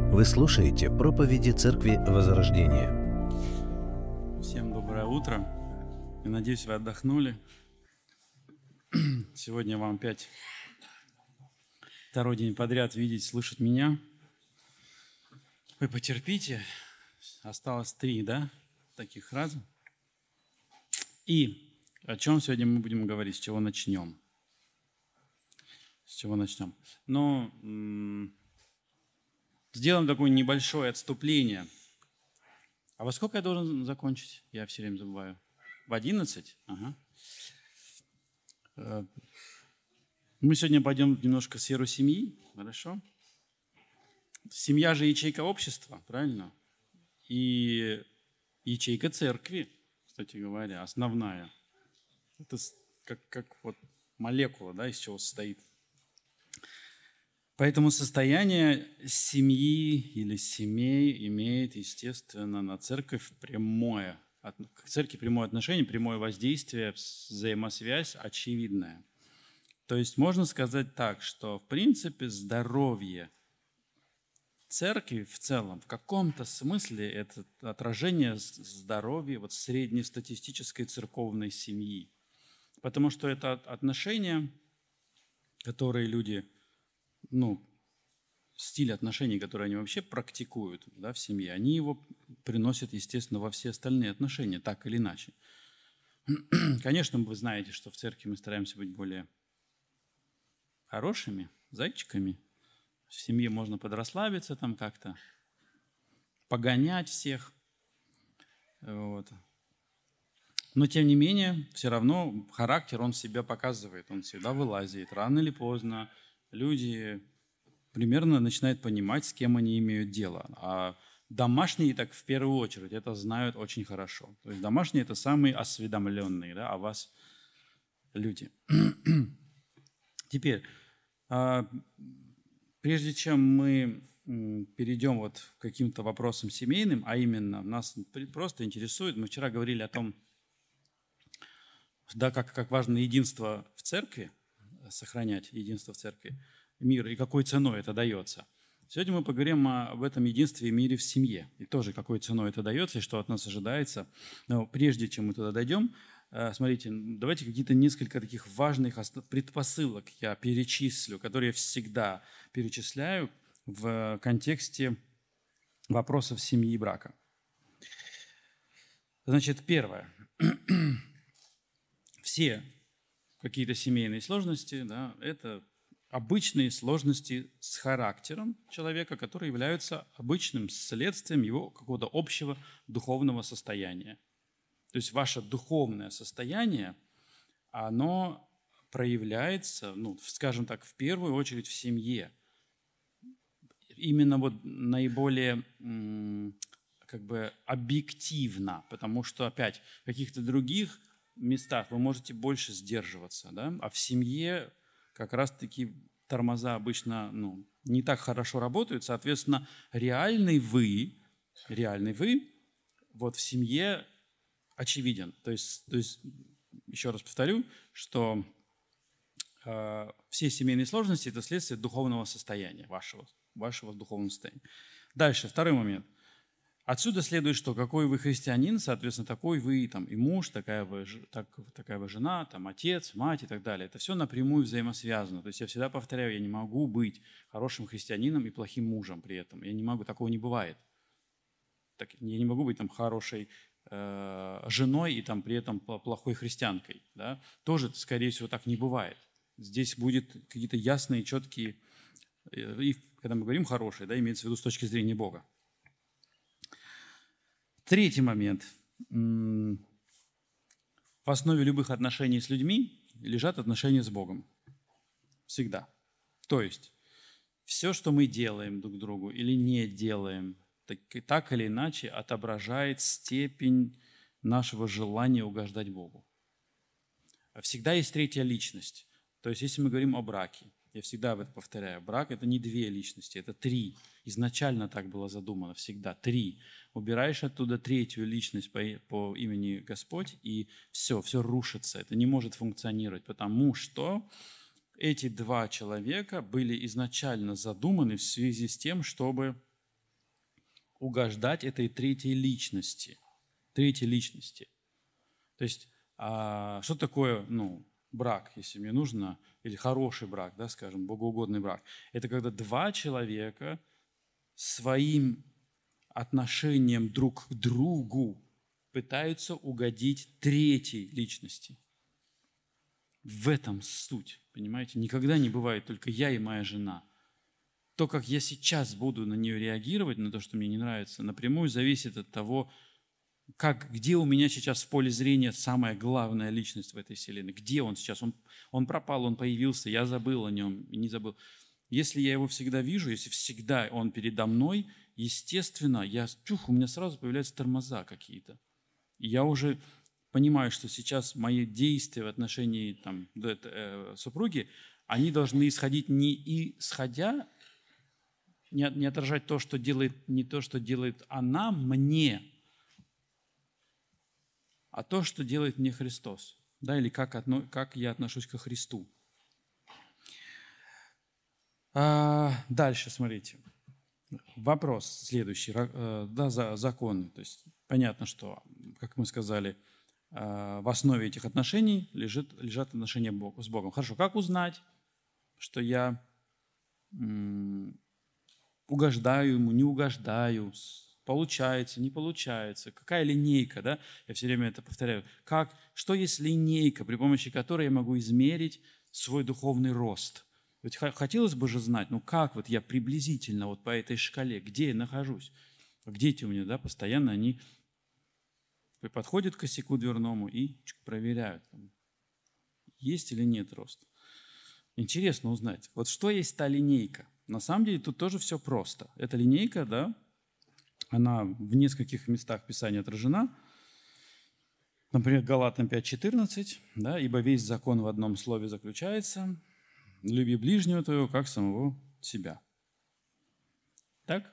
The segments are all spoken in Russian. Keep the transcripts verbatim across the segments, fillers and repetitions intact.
Вы слушаете проповеди Церкви Возрождения. Всем доброе утро. Я надеюсь, вы отдохнули. Сегодня вам опять второй день подряд видеть, слышать меня. Вы потерпите. Осталось три, да, таких раза. И о чем сегодня мы будем говорить, с чего начнем? С чего начнем? Ну, м- сделаем такое небольшое отступление. А во сколько я должен закончить? Я все время забываю. В одиннадцать? Ага. Э, Мы сегодня пойдем немножко в сферу семьи, хорошо? Семья же ячейка общества, правильно? И ячейка церкви, кстати говоря, основная. Это с- как, как вот молекула, да, из чего состоит. Поэтому состояние семьи или семей имеет, естественно, на церковь прямое, от- к церкви прямое отношение, прямое воздействие, взаимосвязь очевидная. То есть можно сказать так, что в принципе здоровье церкви в целом в каком-то смысле это отражение с- здоровья вот среднестатистической церковной семьи. Потому что это от- отношения, которые люди, ну, стиль отношений, который они вообще практикуют, да, в семье, они его приносят, естественно, во все остальные отношения, так или иначе. Конечно, вы знаете, что в церкви мы стараемся быть более хорошими зайчиками. В семье можно подрасслабиться там как-то, погонять всех. Вот. Но, тем не менее, все равно характер он себя показывает, он всегда вылазит. Рано или поздно люди примерно начинают понимать, с кем они имеют дело. А домашние так в первую очередь это знают очень хорошо. То есть домашние – это самые осведомленные, да, о вас люди. Теперь, а, прежде чем мы м, перейдем вот к каким-то вопросам семейным, а именно нас при- просто интересует, мы вчера говорили о том, да, как, как важно единство в церкви, сохранять единство в церкви, мир, и какой ценой это дается. Сегодня мы поговорим о- об этом единстве и мире в семье, и тоже какой ценой это дается, и что от нас ожидается. Но прежде чем мы туда дойдем, э, смотрите, давайте какие-то несколько таких важных ост- предпосылок я перечислю, которые я всегда перечисляю в контексте вопросов семьи и брака. Значит, первое. Все какие-то семейные сложности, да, это обычные сложности с характером человека, которые являются обычным следствием его какого-то общего духовного состояния. То есть ваше духовное состояние, оно проявляется, ну, скажем так, в первую очередь в семье. Именно вот наиболее м, как бы объективно, потому что, опять, в каких-то других местах вы можете больше сдерживаться, да? А в семье как раз-таки тормоза обычно, ну, не так хорошо работают, соответственно, реальный вы, реальный вы вот в семье очевиден. То есть, то есть еще раз повторю, что э, все семейные сложности – это следствие духовного состояния вашего, вашего духовного состояния. Дальше, второй момент. Отсюда следует, что какой вы христианин, соответственно, такой вы там, и муж, такая вы, так, такая вы жена, там, отец, мать и так далее. Это все напрямую взаимосвязано. То есть я всегда повторяю, я не могу быть хорошим христианином и плохим мужем при этом. Я не могу, такого не бывает. Так, я не могу быть там хорошей э, женой и там при этом плохой христианкой. Да? Тоже, скорее всего, так не бывает. Здесь будет какие-то ясные, четкие, э, и когда мы говорим хорошие, да, имеется в виду с точки зрения Бога. Третий момент. В основе любых отношений с людьми лежат отношения с Богом. Всегда. То есть все, что мы делаем друг другу или не делаем, так, так или иначе отображает степень нашего желания угождать Богу. Всегда есть третья личность. То есть если мы говорим о браке, я всегда об этом повторяю, брак – это не две личности, это три. Изначально так было задумано, всегда три. Убираешь оттуда третью личность по, по имени Господь, и все, все рушится. Это не может функционировать, потому что эти два человека были изначально задуманы в связи с тем, чтобы угождать этой третьей личности. Третьей личности. То есть, а, что такое, ну, брак, если мне нужно, или хороший брак, да, скажем, богоугодный брак? Это когда два человека своим отношением друг к другу пытаются угодить третьей личности. В этом суть, понимаете? Никогда не бывает только я и моя жена. То, как я сейчас буду на нее реагировать, на то, что мне не нравится, напрямую зависит от того, как, где у меня сейчас в поле зрения самая главная личность в этой вселенной. Где он сейчас? Он, он пропал, он появился, я забыл о нем, не забыл. Если я его всегда вижу, если всегда он передо мной, естественно, я, чух, у меня сразу появляются тормоза какие-то. И я уже понимаю, что сейчас мои действия в отношении там, э, супруги, они должны исходить не исходя, не, не отражать то, что делает, не то, что делает она мне, а то, что делает мне Христос. Да, или как, отно, как я отношусь ко Христу. А, дальше, смотрите. Вопрос следующий. Да, за, законы. То есть понятно, что, как мы сказали, в основе этих отношений лежит, лежат отношения с Богом. Хорошо, как узнать, что я м, угождаю Ему, не угождаю, получается, не получается? Какая линейка, да? Я все время это повторяю. Как, что есть линейка, при помощи которой я могу измерить свой духовный рост? Ведь хотелось бы же знать, ну как вот я приблизительно вот по этой шкале, где я нахожусь? Дети у меня, да, постоянно они подходят к косяку дверному и проверяют, есть или нет рост. Интересно узнать, вот что есть та линейка? На самом деле тут тоже все просто. Эта линейка, да, она в нескольких местах Писания отражена. Например, Галатам пять четырнадцать, да, «Ибо весь закон в одном слове заключается: люби ближнего твоего, как самого себя». Так?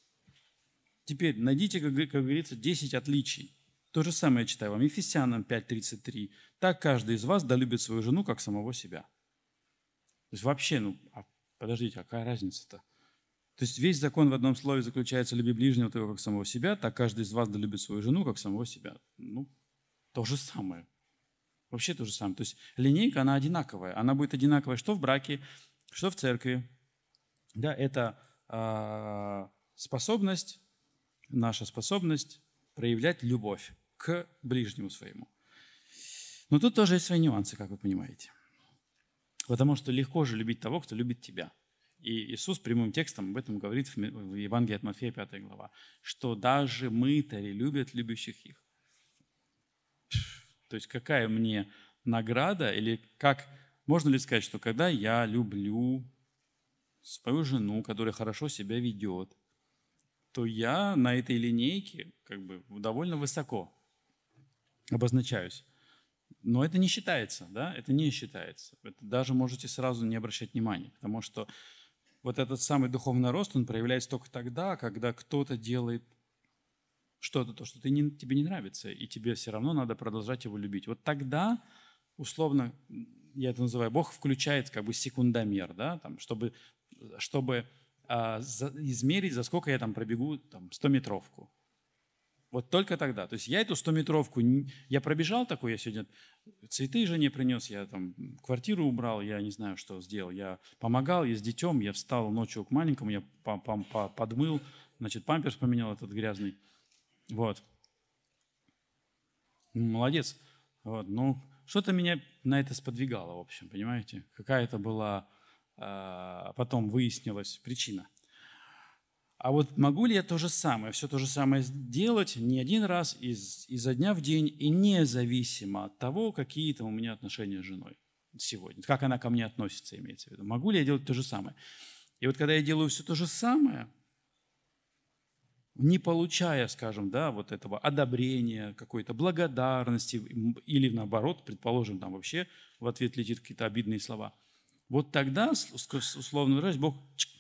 Теперь найдите, как, как говорится, десять отличий. То же самое я читаю вам. Ефесянам пять тридцать три. «Так каждый из вас долюбит свою жену, как самого себя». То есть вообще, ну, а подождите, какая разница-то? То есть весь закон в одном слове заключается: люби ближнего твоего, как самого себя, так каждый из вас долюбит свою жену, как самого себя. Ну, то же самое. Вообще то же самое. То есть линейка, она одинаковая. Она будет одинаковая что в браке, что в церкви. Да, это э, способность, наша способность проявлять любовь к ближнему своему. Но тут тоже есть свои нюансы, как вы понимаете. Потому что легко же любить того, кто любит тебя. И Иисус прямым текстом об этом говорит в Евангелии от Матфея, пятая глава, что даже мытари любят любящих их. То есть какая мне награда, или как, можно ли сказать, что когда я люблю свою жену, которая хорошо себя ведет, то я на этой линейке как бы довольно высоко обозначаюсь. Но это не считается, да, это не считается. Это даже можете сразу не обращать внимания, потому что вот этот самый духовный рост, он проявляется только тогда, когда кто-то делает что-то, то, что ты не, тебе не нравится, и тебе все равно надо продолжать его любить. Вот тогда, условно, я это называю, Бог включает как бы секундомер, да, там, чтобы, чтобы а, за, измерить, за сколько я там пробегу там, стометровку. Вот только тогда. То есть я эту стометровку, я пробежал такой, я сегодня цветы жене принес, я там квартиру убрал, я не знаю, что сделал. Я помогал, я с детем, я встал ночью к маленькому, я подмыл, значит, памперс поменял этот грязный. Вот. Молодец. Вот. Ну, что-то меня на это сподвигало, в общем, понимаете? Какая-то была, а, потом выяснилась причина. А вот могу ли я то же самое, все то же самое сделать не один раз из, изо дня в день и независимо от того, какие там у меня отношения с женой сегодня, как она ко мне относится, имеется в виду. Могу ли я делать то же самое? И вот когда я делаю все то же самое, не получая, скажем, да, вот этого одобрения, какой-то благодарности, или наоборот, предположим, там вообще в ответ летит какие-то обидные слова, вот тогда, условно выражаясь, Бог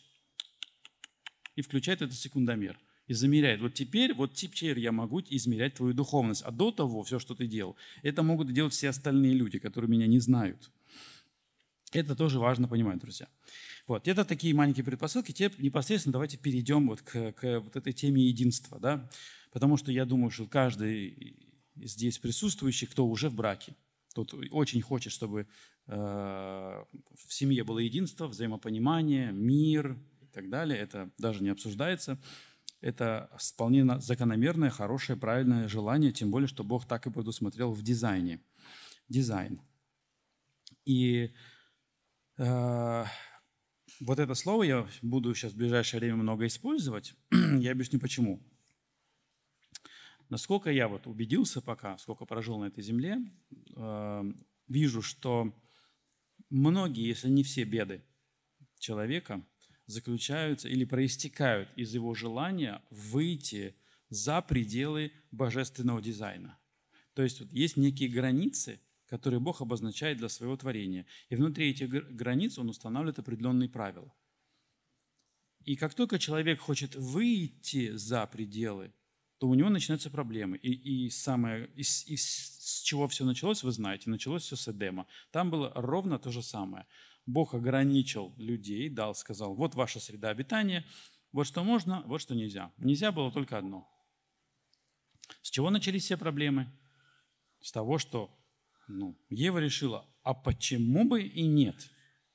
и включает этот секундомер, и замеряет. Вот теперь, вот теперь я могу измерять твою духовность. А до того, все, что ты делал, это могут делать все остальные люди, которые меня не знают. Это тоже важно понимать, друзья. Вот, это такие маленькие предпосылки. Теперь непосредственно давайте перейдем вот к, к вот этой теме единства, да? Потому что я думаю, что каждый здесь присутствующий, кто уже в браке, тот очень хочет, чтобы э, в семье было единство, взаимопонимание, мир и так далее. Это даже не обсуждается. Это вполне закономерное, хорошее, правильное желание, тем более, что Бог так и предусмотрел в дизайне. Дизайн. И э, вот это слово я буду сейчас в ближайшее время много использовать. Я объясню, почему. Насколько я вот убедился пока, сколько прожил на этой земле, э, вижу, что многие, если не все беды человека заключаются или проистекают из его желания выйти за пределы божественного дизайна. То есть вот есть некие границы, которые Бог обозначает для своего творения. И внутри этих границ Он устанавливает определенные правила. И как только человек хочет выйти за пределы, то у него начинаются проблемы. И, и самое, из, из, с чего все началось, вы знаете, началось все с Эдема. Там было ровно то же самое. Бог ограничил людей, дал, сказал, вот ваша среда обитания, вот что можно, вот что нельзя. Нельзя было только одно. С чего начались все проблемы? С того, что ну, Ева решила, а почему бы и нет?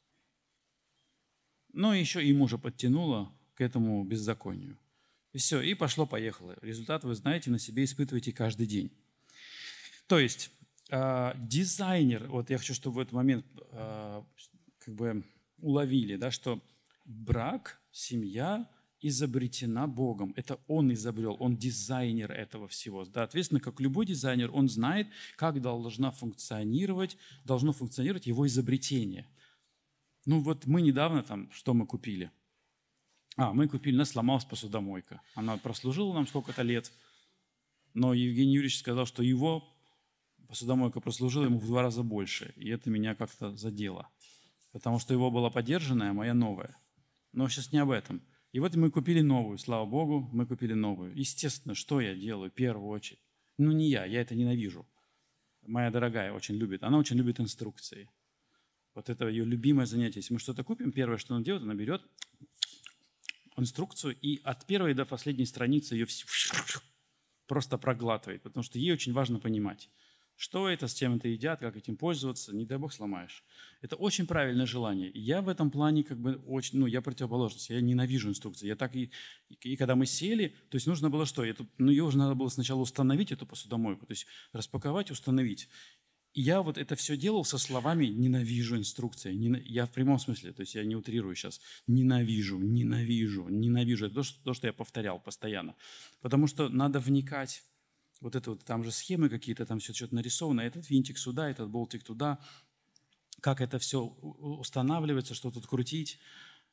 Но еще и мужа подтянула к этому беззаконию. И все, и пошло-поехало. Результат вы знаете, на себе испытываете каждый день. То есть э, дизайнер, вот я хочу, чтобы в этот момент э, как бы уловили, да, что брак, семья изобретена Богом. Это Он изобрел, Он дизайнер этого всего. Да, ответственно, как любой дизайнер, Он знает, как должна функционировать, должно функционировать его изобретение. Ну вот мы недавно там, что мы купили? А, мы купили, у нас сломалась посудомойка. Она прослужила нам сколько-то лет, но Евгений Юрьевич сказал, что его посудомойка прослужила ему в два раза больше. И это меня как-то задело. Потому что его была подержанная, а моя новая. Но сейчас не об этом. И вот мы купили новую, слава Богу, мы купили новую. Естественно, что я делаю в первую очередь? Ну, не я, я это ненавижу. Моя дорогая очень любит, она очень любит инструкции. Вот это ее любимое занятие. Если мы что-то купим, первое, что она делает, она берет инструкцию и от первой до последней страницы ее просто проглатывает, потому что ей очень важно понимать, что это, с чем это едят, как этим пользоваться, не дай бог сломаешь. Это очень правильное желание. И я в этом плане как бы очень, ну, я противоположность, я ненавижу инструкции. Я так и, и, и когда мы сели, то есть нужно было что? Эту, ну, ее уже надо было сначала установить, эту посудомойку, то есть распаковать, установить. И я вот это все делал со словами «ненавижу инструкции». Я в прямом смысле, то есть я не утрирую сейчас. Ненавижу, ненавижу, ненавижу. Это то, что, то, что я повторял постоянно. Потому что надо вникать. Вот это вот, там же схемы какие-то, там все что-то нарисовано. Этот винтик сюда, этот болтик туда. Как это все устанавливается, что тут крутить.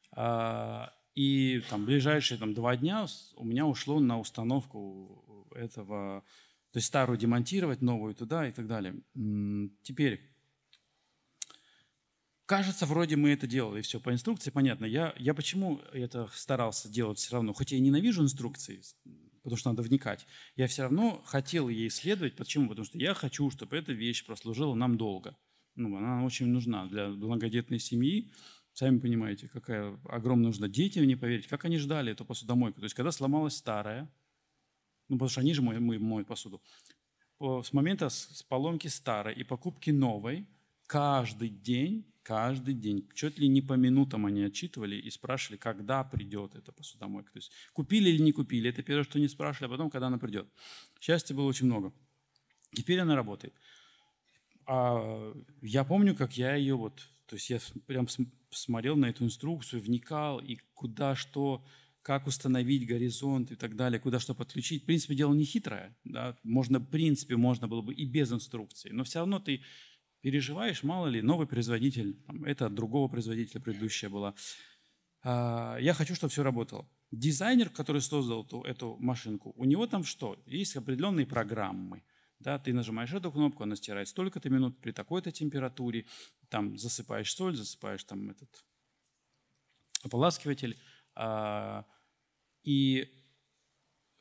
И там ближайшие там, два дня у меня ушло на установку этого... То есть старую демонтировать, новую туда и так далее. Теперь, кажется, вроде мы это делали, все по инструкции, понятно. Я, я почему это старался делать все равно? Хоть я и ненавижу инструкции, потому что надо вникать, я все равно хотел ей следовать. Почему? Потому что я хочу, чтобы эта вещь прослужила нам долго. Ну, она очень нужна для многодетной семьи. Сами понимаете, какая огромная нужда. Дети, не поверите, как они ждали эту посудомойку. То есть, когда сломалась старая, ну, потому что они же моют, моют посуду. С момента с поломки старой и покупки новой, каждый день, каждый день, чуть ли не по минутам они отчитывали и спрашивали, когда придет эта посудомойка. То есть купили или не купили, это первое, что не спрашивали, а потом, когда она придет. Счастья было очень много. Теперь она работает. А я помню, как я ее вот, то есть я прям смотрел на эту инструкцию, вникал, и куда что... как установить горизонт и так далее, куда что подключить. В принципе, дело не хитрое. Да? Можно, в принципе, можно было бы и без инструкции. Но все равно ты переживаешь, мало ли, новый производитель, там, это от другого производителя предыдущая была. А, я хочу, чтобы все работало. Дизайнер, который создал эту, эту машинку, у него там что? Есть определенные программы. Да? Ты нажимаешь эту кнопку, она стирает столько-то минут при такой-то температуре, там засыпаешь соль, засыпаешь там этот ополаскиватель, а, и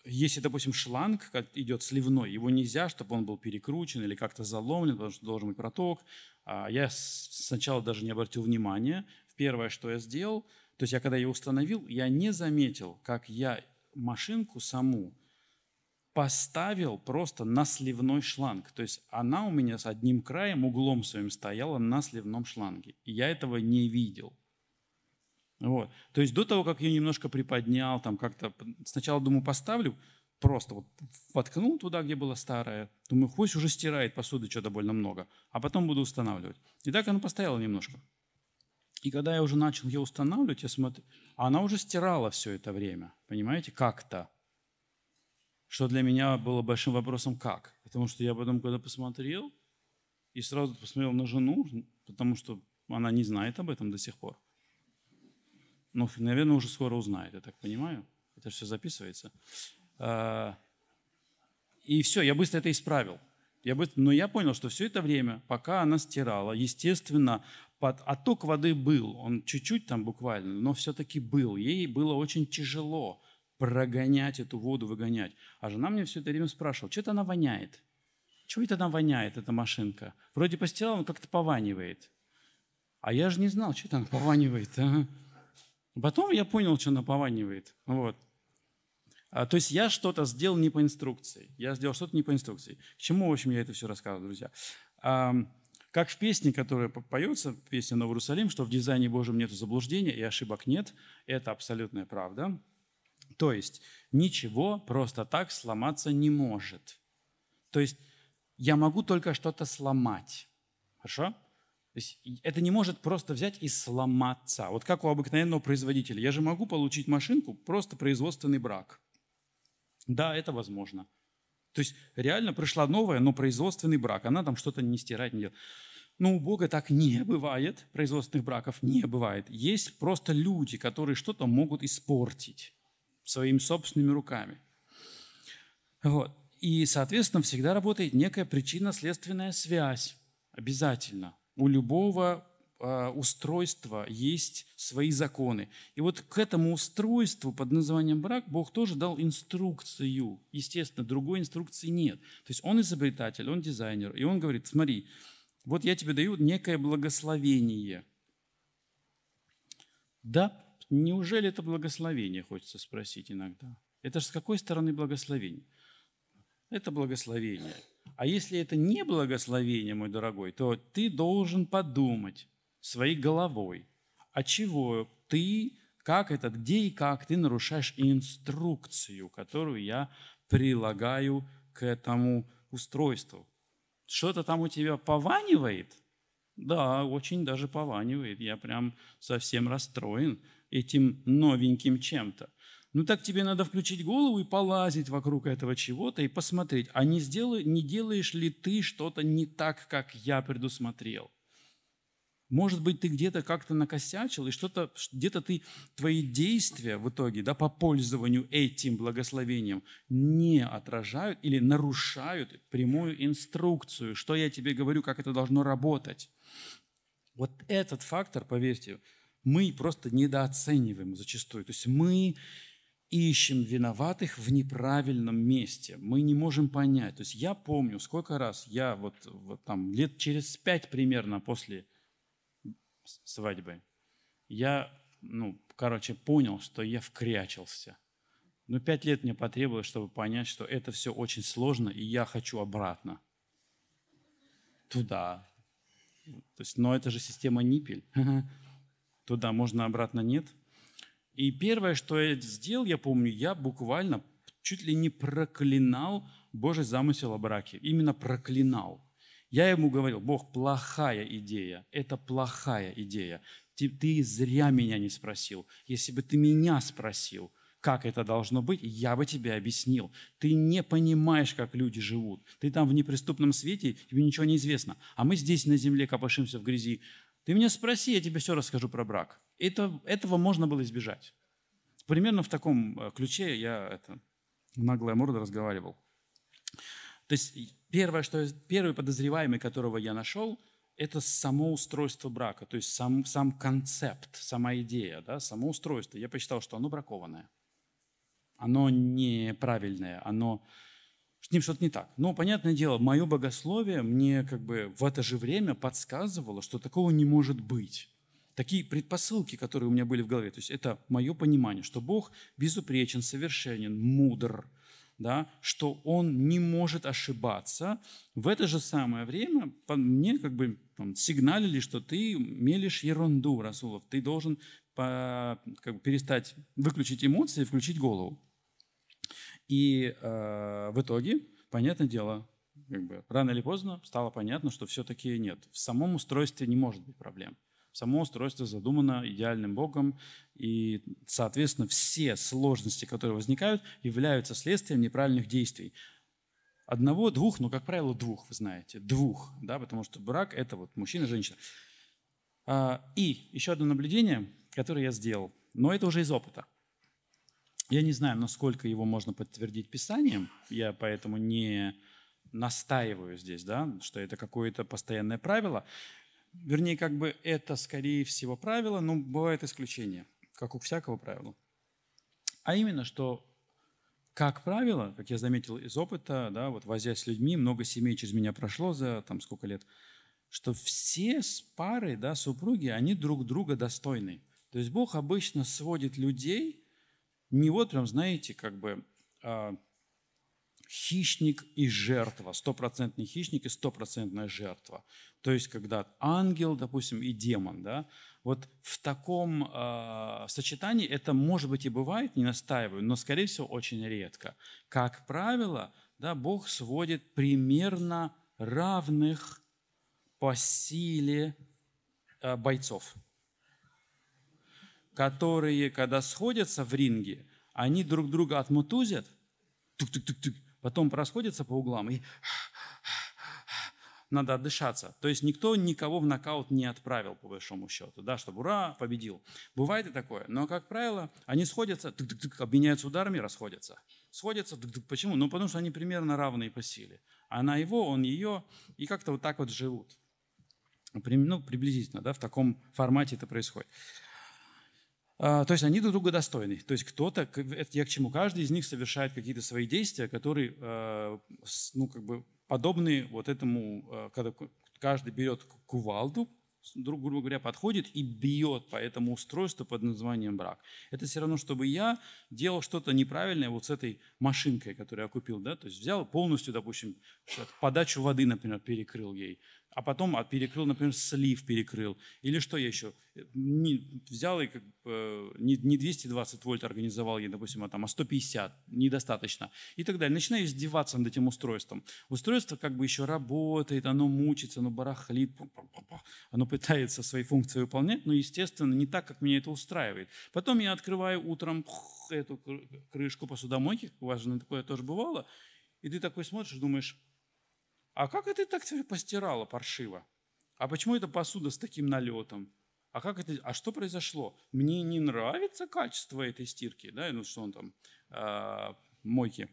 если, допустим, шланг как идет сливной, его нельзя, чтобы он был перекручен или как-то заломлен, потому что должен быть проток. А я сначала даже не обратил внимания. Первое, что я сделал, то есть я когда ее установил, я не заметил, как я машинку саму поставил просто на сливной шланг. То есть она у меня с одним краем, углом своим стояла на сливном шланге. И я этого не видел. Вот. То есть до того, как я немножко приподнял, там как-то сначала, думаю, поставлю, просто вот воткнул туда, где была старая, думаю, пусть уже стирает посуды что-то довольно много, а потом буду устанавливать. И так она постояла немножко. И когда я уже начал ее устанавливать, я смотрю, она уже стирала все это время, понимаете, как-то. Что для меня было большим вопросом, как. Потому что я потом, когда посмотрел, и сразу посмотрел на жену, потому что она не знает об этом до сих пор. Ну, наверное, уже скоро узнает, я так понимаю. Это все записывается. И все, я быстро это исправил. Я быстро, но я понял, что все это время, пока она стирала, естественно, под, отток воды был, он чуть-чуть там буквально, но все-таки был. Ей было очень тяжело прогонять эту воду, выгонять. А жена мне все это время спрашивала, что-то она воняет. Чего это она воняет, эта машинка? Вроде постирала, но как-то пованивает. А я же не знал, что это она пованивает. Ага. Потом я понял, что она пованивает. Вот. А, то есть я что-то сделал не по инструкции. Я сделал что-то не по инструкции. К чему, в общем, я это все рассказываю, друзья? А, как в песне, которая поется, песня «Новый Иерусалим», что в дизайне Божьем нет заблуждения и ошибок нет. Это абсолютная правда. То есть ничего просто так сломаться не может. То есть я могу только что-то сломать. Хорошо? То есть это не может просто взять и сломаться. Вот как у обыкновенного производителя. Я же могу получить машинку, просто производственный брак. Да, это возможно. То есть реально пришла новая, но производственный брак. Она там что-то не стирает, не делает. Но у Бога так не бывает. Производственных браков не бывает. Есть просто люди, которые что-то могут испортить своими собственными руками. Вот. И, соответственно, всегда работает некая причинно-следственная связь. Обязательно. У любого э, устройства есть свои законы. И вот к этому устройству под названием брак Бог тоже дал инструкцию. Естественно, другой инструкции нет. То есть он изобретатель, он дизайнер. И он говорит, смотри, вот я тебе даю некое благословение. Да, неужели это благословение, хочется спросить иногда. Это же с какой стороны благословение? Это благословение. А если это не благословение, мой дорогой, то ты должен подумать своей головой, а чего ты, как это, где и как ты нарушаешь инструкцию, которую я прилагаю к этому устройству. Что-то там у тебя пованивает? Да, очень даже пованивает. Я прям совсем расстроен этим новеньким чем-то. Ну так тебе надо включить голову и полазить вокруг этого чего-то и посмотреть, а не, сделай, не делаешь ли ты что-то не так, как я предусмотрел. Может быть, ты где-то как-то накосячил, и что-то, где-то ты, твои действия в итоге, да, по пользованию этим благословением не отражают или нарушают прямую инструкцию, что я тебе говорю, как это должно работать. Вот этот фактор, поверьте, мы просто недооцениваем зачастую. То есть мы ищем виноватых в неправильном месте. Мы не можем понять. То есть я помню, сколько раз я вот, вот там лет через пять примерно после свадьбы, я, ну, короче, понял, что я вкрячился. Но пять лет мне потребовалось, чтобы понять, что это все очень сложно, и я хочу обратно. Туда. То есть, но это же система Ниппель. Туда можно, обратно нет. И первое, что я сделал, я помню, я буквально чуть ли не проклинал Божий замысел о браке. Именно проклинал. Я ему говорил, Бог, плохая идея, это плохая идея. Ты, ты зря меня не спросил. Если бы ты меня спросил, как это должно быть, я бы тебе объяснил. Ты не понимаешь, как люди живут. Ты там в неприступном свете, тебе ничего не известно. А мы здесь на земле копошимся в грязи. Ты меня спроси, я тебе все расскажу про брак. Это, этого можно было избежать. Примерно в таком ключе я это, наглая морда разговаривал. То есть первое, что, первый подозреваемый, которого я нашел, это само устройство брака, то есть сам, сам концепт, сама идея, да, само устройство. Я посчитал, что оно бракованное. оно неправильное, оно, с ним что-то не так. Но, понятное дело, мое богословие мне как бы в это же время подсказывало, что такого не может быть. Такие предпосылки, которые у меня были в голове, то есть это мое понимание, что Бог безупречен, совершенен, мудр, да, что Он не может ошибаться. В это же самое время мне как бы там, сигналили, что ты мелешь ерунду, Расулов, ты должен по, как бы, перестать выключить эмоции и включить голову. И э, в итоге, понятное дело, как бы, рано или поздно стало понятно, что все-таки нет. В самом устройстве не может быть проблем. Само устройство задумано идеальным Богом, и, соответственно, все сложности, которые возникают, являются следствием неправильных действий. Одного, двух, ну, как правило, двух, вы знаете, двух, да, потому что брак – это вот мужчина и женщина. И еще одно наблюдение, которое я сделал, но это уже из опыта. Я не знаю, насколько его можно подтвердить Писанием, я поэтому не настаиваю здесь, да, что это какое-то постоянное правило. Вернее, как бы это, скорее всего, правило, но бывают исключения, как у всякого правила. А именно, что, как правило, как я заметил из опыта, да, вот возясь с людьми, много семей через меня прошло за там сколько лет, что все пары, да, супруги, они друг друга достойны. То есть Бог обычно сводит людей не вот прям, знаете, как бы а, хищник и жертва, стопроцентный хищник и стопроцентная жертва. То есть когда ангел, допустим, и демон, да, вот в таком э, сочетании это, может быть, и бывает, не настаиваю, но, скорее всего, очень редко. Как правило, да, Бог сводит примерно равных по силе э, бойцов, которые, когда сходятся в ринге, они друг друга отмутузят, тук-тук-тук-тук, потом расходятся по углам и надо отдышаться. То есть никто никого в нокаут не отправил, по большому счету, да, чтобы ура, победил. Бывает и такое. Но, как правило, они сходятся, тук-тук-тук, обменяются ударами, расходятся. Сходятся, тук-тук. Почему? Ну, потому что они примерно равные по силе. Она его, он ее, и как-то вот так вот живут. Ну, приблизительно, да, в таком формате это происходит. То есть они друг друга достойны. То есть кто-то, это я к чему, каждый из них совершает какие-то свои действия, которые, ну, как бы подобны вот этому, когда каждый берет кувалду, друг, грубо говоря, подходит и бьет по этому устройству под названием брак. Это все равно, чтобы я делал что-то неправильное вот с этой машинкой, которую я купил, да, то есть взял полностью, допустим, подачу воды, например, перекрыл ей, а потом перекрыл, например, слив перекрыл, или что я еще, не, взял и как бы, не, не двести двадцать вольт организовал ей, допустим, а, там, а сто пятьдесят, недостаточно, и так далее. Начинаю издеваться над этим устройством. Устройство как бы еще работает, оно мучится, оно барахлит, оно пытается свои функции выполнять, но, естественно, не так, как меня это устраивает. Потом я открываю утром эту крышку посудомойки, у вас же такое тоже бывало, и ты такой смотришь, думаешь, а как это так тебя постирало паршиво? А почему эта посуда с таким налетом? А как это? А что произошло? Мне не нравится качество этой стирки, да, ну что он там, э, мойки.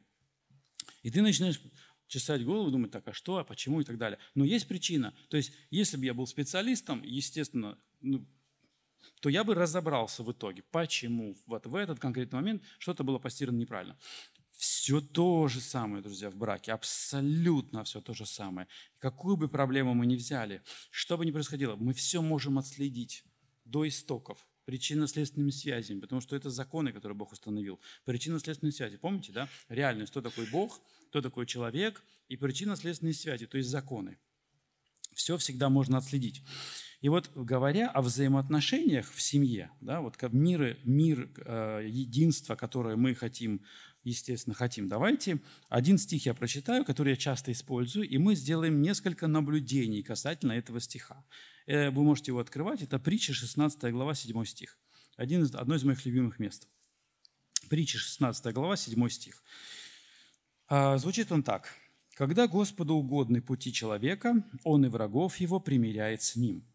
И ты начинаешь чесать голову, думать, так, а что, а почему и так далее. Но есть причина. То есть, если бы я был специалистом, естественно, ну, то я бы разобрался в итоге, почему вот в этот конкретный момент что-то было постирано неправильно. Все то же самое, друзья, в браке, абсолютно все то же самое. Какую бы проблему мы ни взяли, что бы ни происходило, мы все можем отследить до истоков, причинно-следственными связями, потому что это законы, которые Бог установил. Причинно-следственные связи, помните, да? Реальность, кто такой Бог, кто такой человек, и причинно-следственные связи, то есть законы. Все всегда можно отследить. И вот говоря о взаимоотношениях в семье, да, вот как мир, мир э, единства, которое мы хотим, естественно, хотим, давайте один стих я прочитаю, который я часто использую, и мы сделаем несколько наблюдений касательно этого стиха. Э, вы можете его открывать, это Притча, шестнадцатая глава, седьмой стих. Один из, одно из моих любимых мест. Притча, шестнадцатая глава, седьмой стих. Э, звучит он так. «Когда Господу угодны пути человека, он и врагов его примиряет с ним».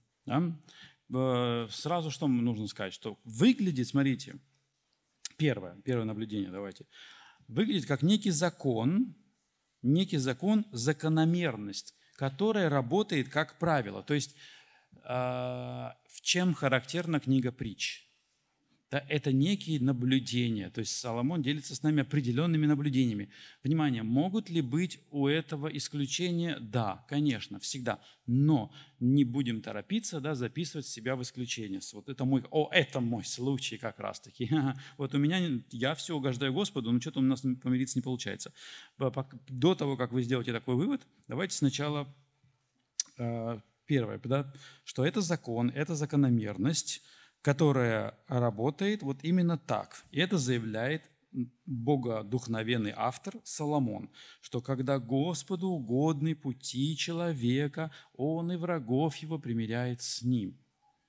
Да? Сразу что нужно сказать, что выглядит, смотрите, первое, первое наблюдение, давайте, выглядит как некий закон, некий закон, закономерность, которая работает как правило. То есть в чем характерна книга притч? Да, это некие наблюдения. То есть Соломон делится с нами определенными наблюдениями. Внимание, могут ли быть у этого исключения? Да, конечно, всегда. Но не будем торопиться, да, записывать себя в исключение. Вот это мой, о, это мой случай как раз-таки. Вот у меня, я все угождаю Господу, но что-то у нас помириться не получается. До того, как вы сделаете такой вывод, давайте сначала э, первое, да, что это закон, это закономерность, которая работает вот именно так. И это заявляет богодухновенный автор Соломон, что когда Господу угодны пути человека, он и врагов его примиряет с ним.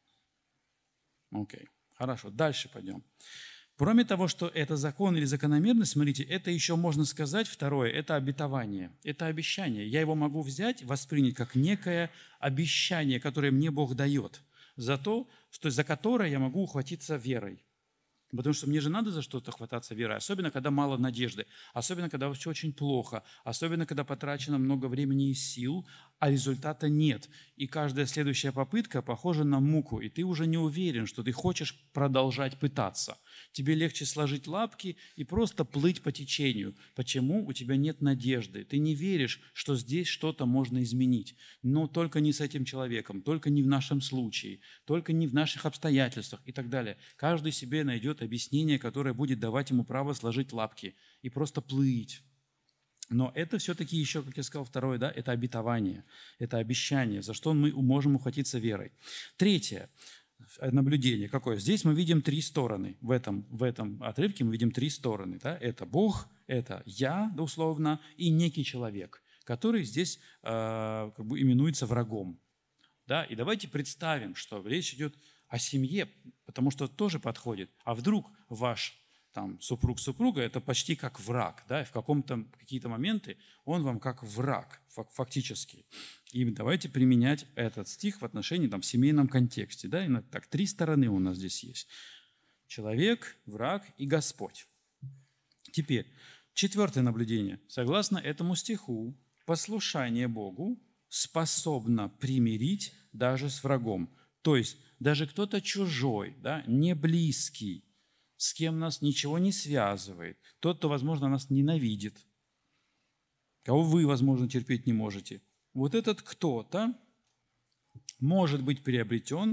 Окей, хорошо, дальше пойдем. Кроме того, что это закон или закономерность, смотрите, это еще можно сказать, второе, это обетование, это обещание. Я его могу взять, воспринять как некое обещание, которое мне Бог дает, за то, что, за которое я могу ухватиться верой. Потому что мне же надо за что-то хвататься верой, особенно когда мало надежды, особенно когда все очень плохо, особенно когда потрачено много времени и сил, а результата нет. И каждая следующая попытка похожа на муку, и ты уже не уверен, что ты хочешь продолжать пытаться. Тебе легче сложить лапки и просто плыть по течению. Почему? У тебя нет надежды. Ты не веришь, что здесь что-то можно изменить. Но только не с этим человеком, только не в нашем случае, только не в наших обстоятельствах и так далее. Каждый себе найдет объяснение, которое будет давать ему право сложить лапки и просто плыть. Но это все-таки еще, как я сказал, второе, да, это обетование, это обещание, за что мы можем ухватиться верой. Третье наблюдение какое? Здесь мы видим три стороны. В этом, в этом отрывке мы видим три стороны. Да? Это Бог, это я, да, условно, и некий человек, который здесь э, как бы именуется врагом. Да? И давайте представим, что речь идет о семье, потому что тоже подходит. А вдруг ваш там, супруг супруга – это почти как враг, да, и в каком-то, какие-то моменты он вам как враг фактически. И давайте применять этот стих в отношении, там, в семейном контексте. Да, и так, три стороны у нас здесь есть. Человек, враг и Господь. Теперь, четвертое наблюдение. Согласно этому стиху, послушание Богу способно примирить даже с врагом. То есть даже кто-то чужой, да, не близкий, с кем нас ничего не связывает, тот, кто, возможно, нас ненавидит, кого вы, возможно, терпеть не можете. Вот этот кто-то может быть приобретен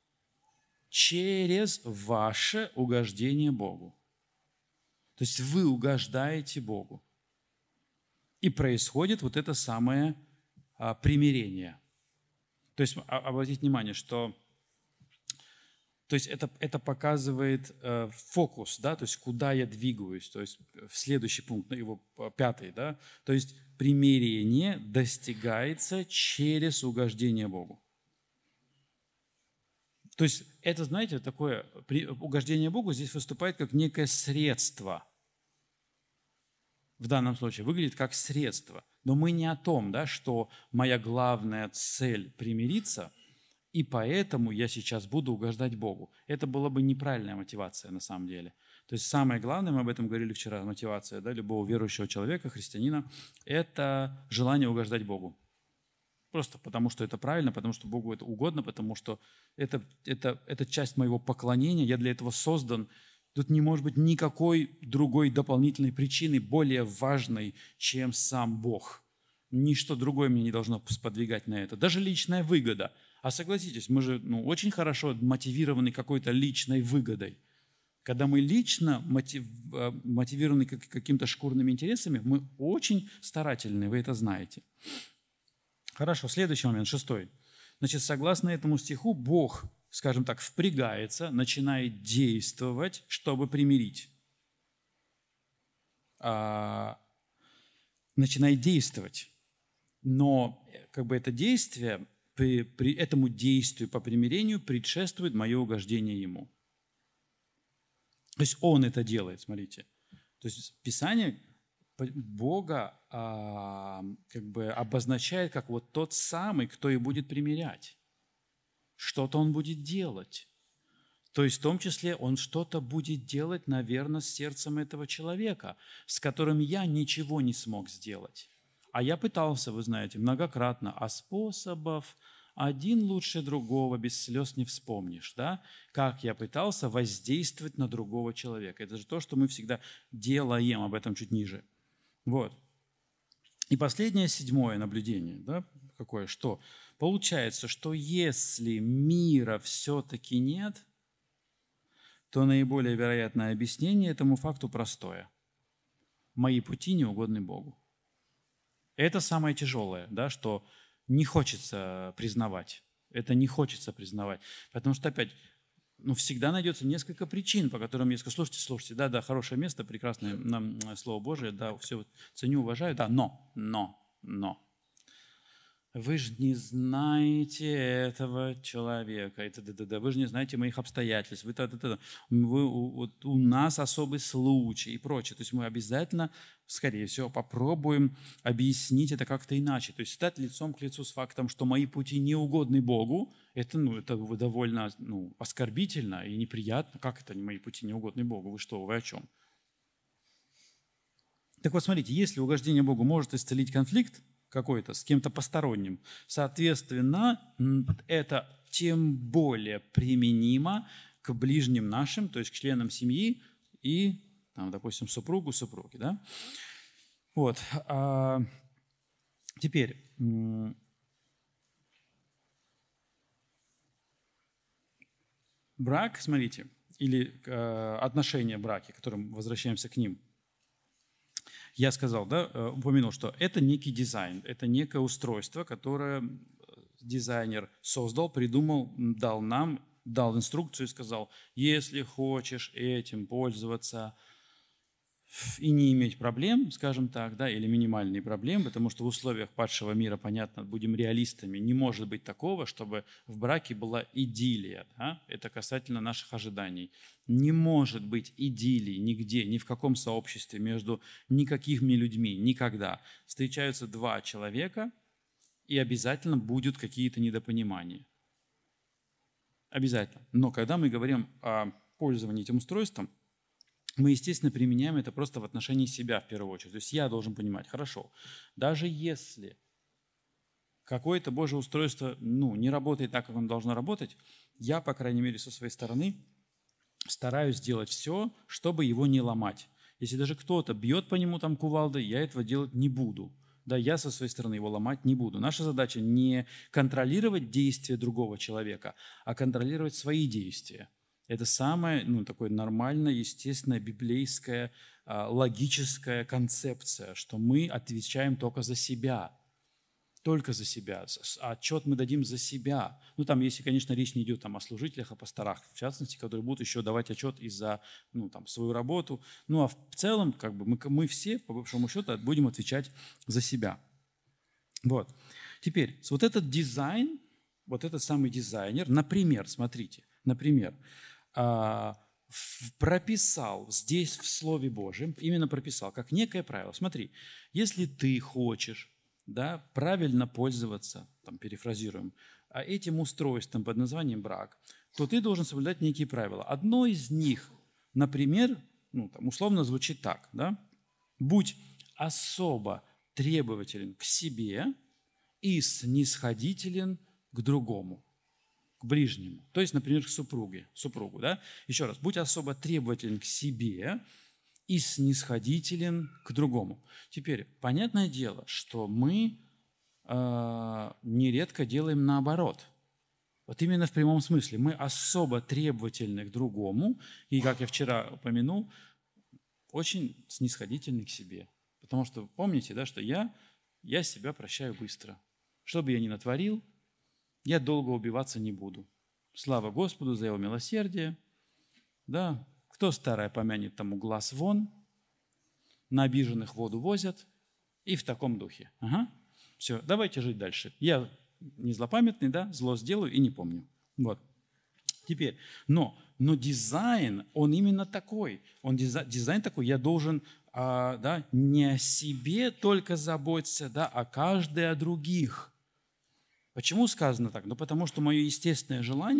через ваше угождение Богу. То есть вы угождаете Богу. И происходит вот это самое а, примирение. То есть обратите внимание, что то есть это, это показывает э, фокус, да, то есть куда я двигаюсь, то есть в следующий пункт, его пятый, да, то есть примирение достигается через угождение Богу. То есть это, знаете, такое угождение Богу здесь выступает как некое средство. В данном случае выглядит как средство. Но мы не о том, да, что моя главная цель примириться, и поэтому я сейчас буду угождать Богу. Это была бы неправильная мотивация на самом деле. То есть самое главное, мы об этом говорили вчера, мотивация, да, любого верующего человека, христианина, это желание угождать Богу. Просто потому, что это правильно, потому что Богу это угодно, потому что это, это, это часть моего поклонения, я для этого создан. Тут не может быть никакой другой дополнительной причины, более важной, чем сам Бог. Ничто другое мне не должно сподвигать на это. Даже личная выгода. А согласитесь, мы же ну, очень хорошо мотивированы какой-то личной выгодой. Когда мы лично мотив, мотивированы какими-то шкурными интересами, мы очень старательны, вы это знаете. Хорошо, следующий момент, шестой. Значит, согласно этому стиху, Бог, скажем так, впрягается, начинает действовать, чтобы примирить. А, начинает действовать. Но как бы это действие, при, при этому действию по примирению предшествует мое угождение Ему. То есть Он это делает, смотрите. То есть Писание Бога а, как бы обозначает как вот тот самый, кто и будет примирять. Что-то Он будет делать. То есть в том числе Он что-то будет делать, наверное, с сердцем этого человека, с которым я ничего не смог сделать. А я пытался, вы знаете, многократно, а способов, один лучше другого, без слез не вспомнишь, да? Как я пытался воздействовать на другого человека. Это же то, что мы всегда делаем, об этом чуть ниже. Вот. И последнее, седьмое наблюдение, да, какое, что? Получается, что если мира все-таки нет, то наиболее вероятное объяснение этому факту простое. Мои пути не угодны Богу. Это самое тяжелое, да, что не хочется признавать. Это не хочется признавать. Потому что, опять, ну, всегда найдется несколько причин, по которым я скажу: слушайте, слушайте, да, да, хорошее место, прекрасное нам Слово Божие, да, все ценю, уважаю, да, но, но, но. Вы же не знаете этого человека, это, да, да, да, вы же не знаете моих обстоятельств, вы, да, да, да, вы, вот, у нас особый случай и прочее. То есть мы обязательно, скорее всего, попробуем объяснить это как-то иначе. То есть стать лицом к лицу с фактом, что мои пути не угодны Богу, это, ну, это довольно, ну, оскорбительно и неприятно. Как это мои пути не угодны Богу? Вы что, вы о чем? Так вот, смотрите, если угождение Богу может исцелить конфликт какой-то с кем-то посторонним, соответственно, это тем более применимо к ближним нашим, то есть к членам семьи и, там, допустим, супругу, супруге. Да? Вот. А теперь, брак, смотрите, или отношения браки, к которым возвращаемся к ним. Я сказал, да, упомянул, что это некий дизайн, это некое устройство, которое дизайнер создал, придумал, дал нам, дал инструкцию и сказал: если хочешь этим пользоваться и не иметь проблем, скажем так, да, или минимальные проблемы, потому что в условиях падшего мира, понятно, будем реалистами, не может быть такого, чтобы в браке была идиллия. Да? Это касательно наших ожиданий. Не может быть идиллии нигде, ни в каком сообществе между никакими людьми, никогда. Встречаются два человека, и обязательно будут какие-то недопонимания. Обязательно. Но когда мы говорим о пользовании этим устройством, мы, естественно, применяем это просто в отношении себя в первую очередь. То есть я должен понимать: хорошо, даже если какое-то Божье устройство, ну, не работает так, как оно должно работать, я, по крайней мере, со своей стороны стараюсь сделать все, чтобы его не ломать. Если даже кто-то бьет по нему там кувалдой, я этого делать не буду. Да, я со своей стороны его ломать не буду. Наша задача не контролировать действия другого человека, а контролировать свои действия. Это самая, ну, такая нормальная, естественная, библейская, логическая концепция, что мы отвечаем только за себя. Только за себя. Отчет мы дадим за себя. Ну, там, если, конечно, речь не идет там, о служителях, о пасторах, в частности, которые будут еще давать отчет и за, ну, там, свою работу. Ну, а в целом, как бы, мы, мы все, по большому счету, будем отвечать за себя. Вот. Теперь, вот этот дизайн, вот этот самый дизайнер, например, смотрите, например, прописал здесь в Слове Божьем, именно прописал, как некое правило. Смотри, если ты хочешь, да, правильно пользоваться, там, перефразируем, этим устройством под названием брак, то ты должен соблюдать некие правила. Одно из них, например, ну, там, условно звучит так, да? Будь особо требователен к себе и снисходителен к другому, к ближнему. То есть, например, к супруге, супругу. Да? Еще раз, будь особо требователен к себе и снисходителен к другому. Теперь, понятное дело, что мы э, нередко делаем наоборот. Вот именно в прямом смысле. Мы особо требовательны к другому, и, как я вчера упомянул, очень снисходительны к себе. Потому что помните, да, что я, я себя прощаю быстро. Что бы я ни натворил, я долго убиваться не буду. Слава Господу за Его милосердие. Да, кто старое помянет, тому глаз вон. На обиженных воду возят. И в таком духе. Ага. Все, давайте жить дальше. Я не злопамятный, да, зло сделаю и не помню. Вот. Теперь, но, но дизайн, он именно такой. Он дизайн, дизайн такой, я должен а, да, не о себе только заботиться, да, а каждый о других. Почему сказано так? Ну, потому что мое естественное желание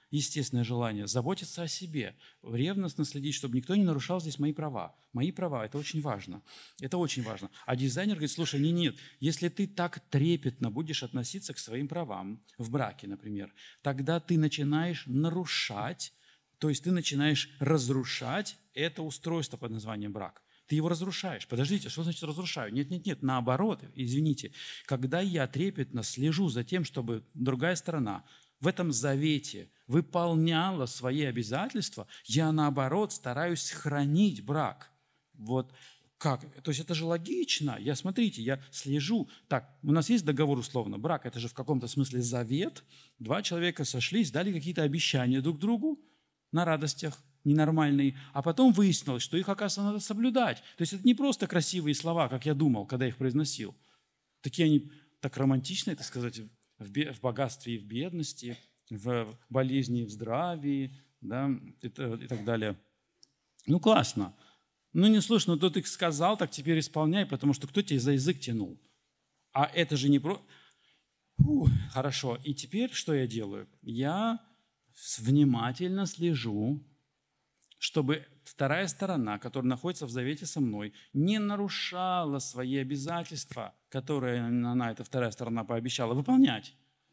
естественное желание заботиться о себе, ревностно следить, чтобы никто не нарушал здесь мои права. Мои права – это очень важно. Это очень важно. А дизайнер говорит, слушай, нет, нет, если ты так трепетно будешь относиться к своим правам в браке, например, тогда ты начинаешь нарушать, то есть ты начинаешь разрушать это устройство под названием брак. Ты его разрушаешь. Подождите, что значит разрушаю? Нет, нет, нет, наоборот, извините. Когда я трепетно слежу за тем, чтобы другая сторона в этом завете выполняла свои обязательства, я, наоборот, стараюсь хранить брак. Вот как? То есть это же логично. Я, смотрите, я слежу. Так, у нас есть договор условно. Брак – это же в каком-то смысле завет. Два человека сошлись, дали какие-то обещания друг другу на радостях ненормальные, а потом выяснилось, что их, оказывается, надо соблюдать. То есть это не просто красивые слова, как я думал, когда их произносил. Такие они, так романтично это сказать, в, бе, в богатстве и в бедности, в болезни и в здравии, да, и, и так далее. Ну, классно. Ну, не слушай, ну, то ты сказал, так теперь исполняй, потому что кто тебя за язык тянул? А это же не про... Фу, хорошо. И теперь что я делаю? Я внимательно слежу, чтобы вторая сторона, которая находится в завете со мной, не нарушала свои обязательства, которые она, эта вторая сторона, пообещала выполнять.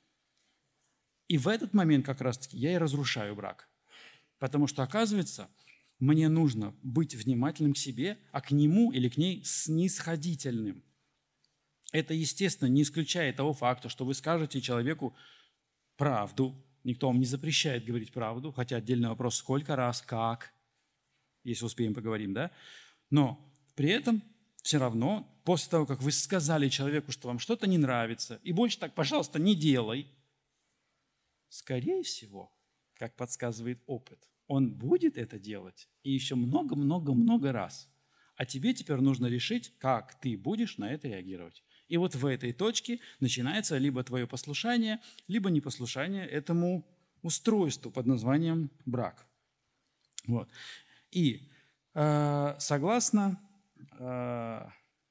И в этот момент как раз-таки я и разрушаю брак. Потому что, оказывается, мне нужно быть внимательным к себе, а к нему или к ней снисходительным. Это, естественно, не исключает того факта, что вы скажете человеку правду. Никто вам не запрещает говорить правду, хотя отдельный вопрос, сколько раз, как, если успеем, поговорим, да? Но при этом все равно, после того, как вы сказали человеку, что вам что-то не нравится, и больше так, пожалуйста, не делай, скорее всего, как подсказывает опыт, он будет это делать и еще много-много-много раз. А тебе теперь нужно решить, как ты будешь на это реагировать. И вот в этой точке начинается либо твое послушание, либо непослушание этому устройству под названием брак. Вот. И э, согласно... Э,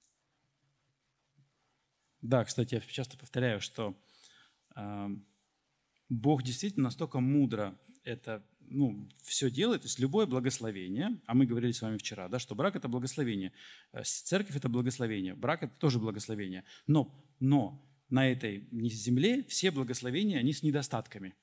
да, кстати, я часто повторяю, что э, Бог действительно настолько мудро это ну, все делает, то есть любое благословение, а мы говорили с вами вчера, да, что брак – это благословение, церковь – это благословение, брак – это тоже благословение. Но, но на этой земле все благословения, они с недостатками.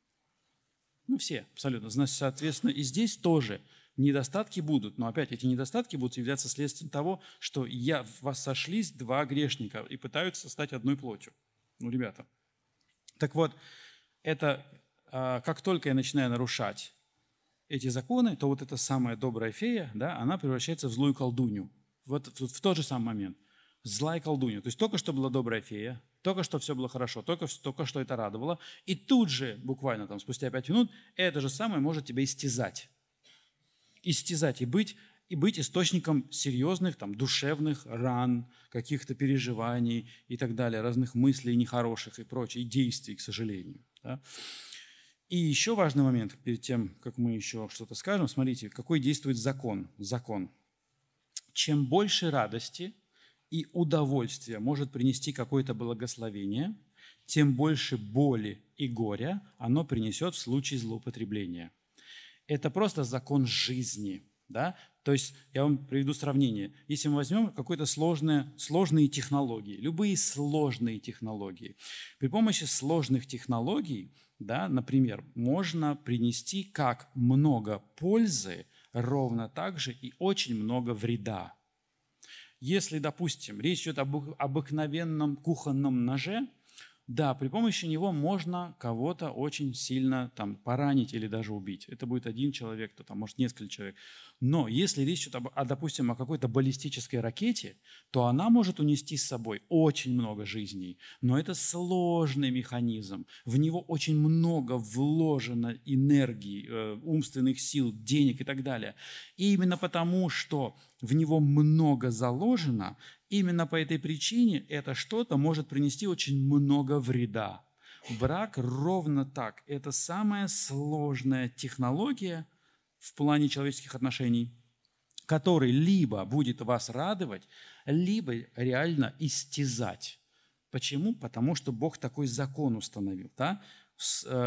Ну, все, абсолютно. Значит, соответственно, и здесь тоже недостатки будут, но опять эти недостатки будут являться следствием того, что я, в вас сошлись два грешника и пытаются стать одной плотью. Ну, ребята. Так вот, это... Как только я начинаю нарушать эти законы, то вот эта самая добрая фея, да, она превращается в злую колдунью. Вот в, в тот же самый момент. Злая колдунья. То есть только что была добрая фея, только что все было хорошо, только, только что это радовало. И тут же, буквально там спустя пять минут, это же самое может тебя истязать. Истязать и быть, и быть источником серьезных там, душевных ран, каких-то переживаний и так далее, разных мыслей нехороших и прочее, и действий, к сожалению. Да. И еще важный момент, перед тем, как мы еще что-то скажем, смотрите, какой действует закон. Закон. Чем больше радости и удовольствия может принести какое-то благословение, тем больше боли и горя оно принесет в случае злоупотребления. Это просто закон жизни. Да? То есть я вам приведу сравнение. Если мы возьмем какие-то сложные, сложные технологии, любые сложные технологии, при помощи сложных технологий, да, например, можно принести как много пользы, ровно так же и очень много вреда. Если, допустим, речь идет об обыкновенном кухонном ноже, да, при помощи него можно кого-то очень сильно там, поранить или даже убить. Это будет один человек, то там, может, несколько человек. Но если речь идет, об, о, допустим, о какой-то баллистической ракете, то она может унести с собой очень много жизней. Но это сложный механизм. В него очень много вложено энергии, э, умственных сил, денег и так далее. И именно потому, что в него много заложено, именно по этой причине это что-то может принести очень много вреда. Брак ровно так. Это самая сложная технология в плане человеческих отношений, который либо будет вас радовать, либо реально истязать. Почему? Потому что Бог такой закон установил. Да?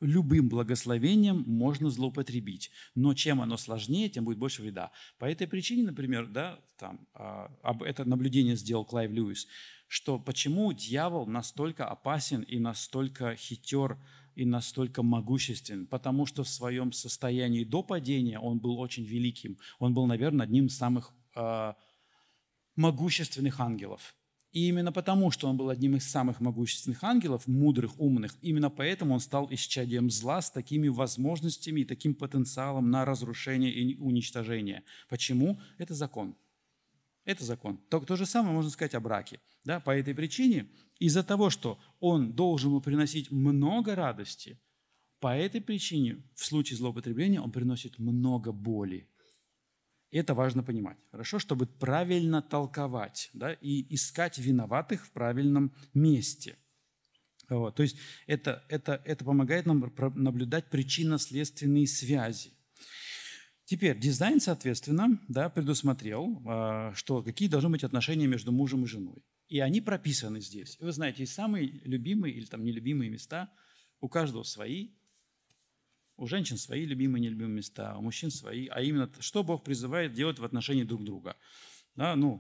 любым благословением можно злоупотребить, но чем оно сложнее, тем будет больше вреда. По этой причине, например, да, там, а, об это наблюдение сделал Клайв Льюис, что почему дьявол настолько опасен и настолько хитер и настолько могуществен, потому что в своем состоянии до падения он был очень великим, он был, наверное, одним из самых а, могущественных ангелов. И именно потому, что он был одним из самых могущественных ангелов, мудрых, умных, именно поэтому он стал исчадием зла с такими возможностями и таким потенциалом на разрушение и уничтожение. Почему? Это закон. Это закон. То, то же самое можно сказать о браке. Да? По этой причине, из-за того, что он должен ему приносить много радости, по этой причине в случае злоупотребления он приносит много боли. Это важно понимать, хорошо, чтобы правильно толковать, да, и искать виноватых в правильном месте. Вот, то есть это, это, это помогает нам наблюдать причинно-следственные связи. Теперь дизайн, соответственно, да, предусмотрел, что какие должны быть отношения между мужем и женой. И они прописаны здесь. И вы знаете, самые любимые или там нелюбимые места у каждого свои. У женщин свои любимые и нелюбимые места, у мужчин свои. А именно, что Бог призывает делать в отношении друг друга. Да, ну,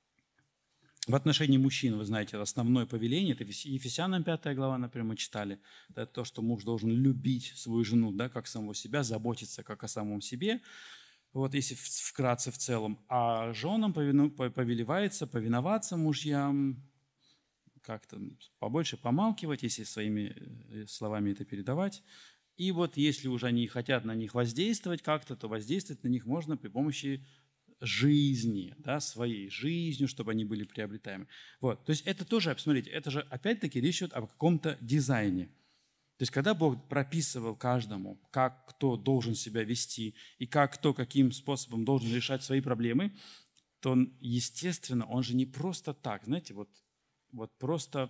в отношении мужчин, вы знаете, основное повеление, это Ефесянам пятая глава, например, мы читали. Это то, что муж должен любить свою жену, да, как самого себя, заботиться как о самом себе. Вот если вкратце в целом. А женам повелевается повиноваться мужьям, как-то побольше помалкивать, если своими словами это передавать. И вот если уже они хотят на них воздействовать как-то, то воздействовать на них можно при помощи жизни, да, своей жизнью, чтобы они были приобретаемы. Вот. То есть это тоже, посмотрите, это же опять-таки речь идет о каком-то дизайне. То есть когда Бог прописывал каждому, как кто должен себя вести и как кто каким способом должен решать свои проблемы, то он, естественно, он же не просто так, знаете, вот, вот просто...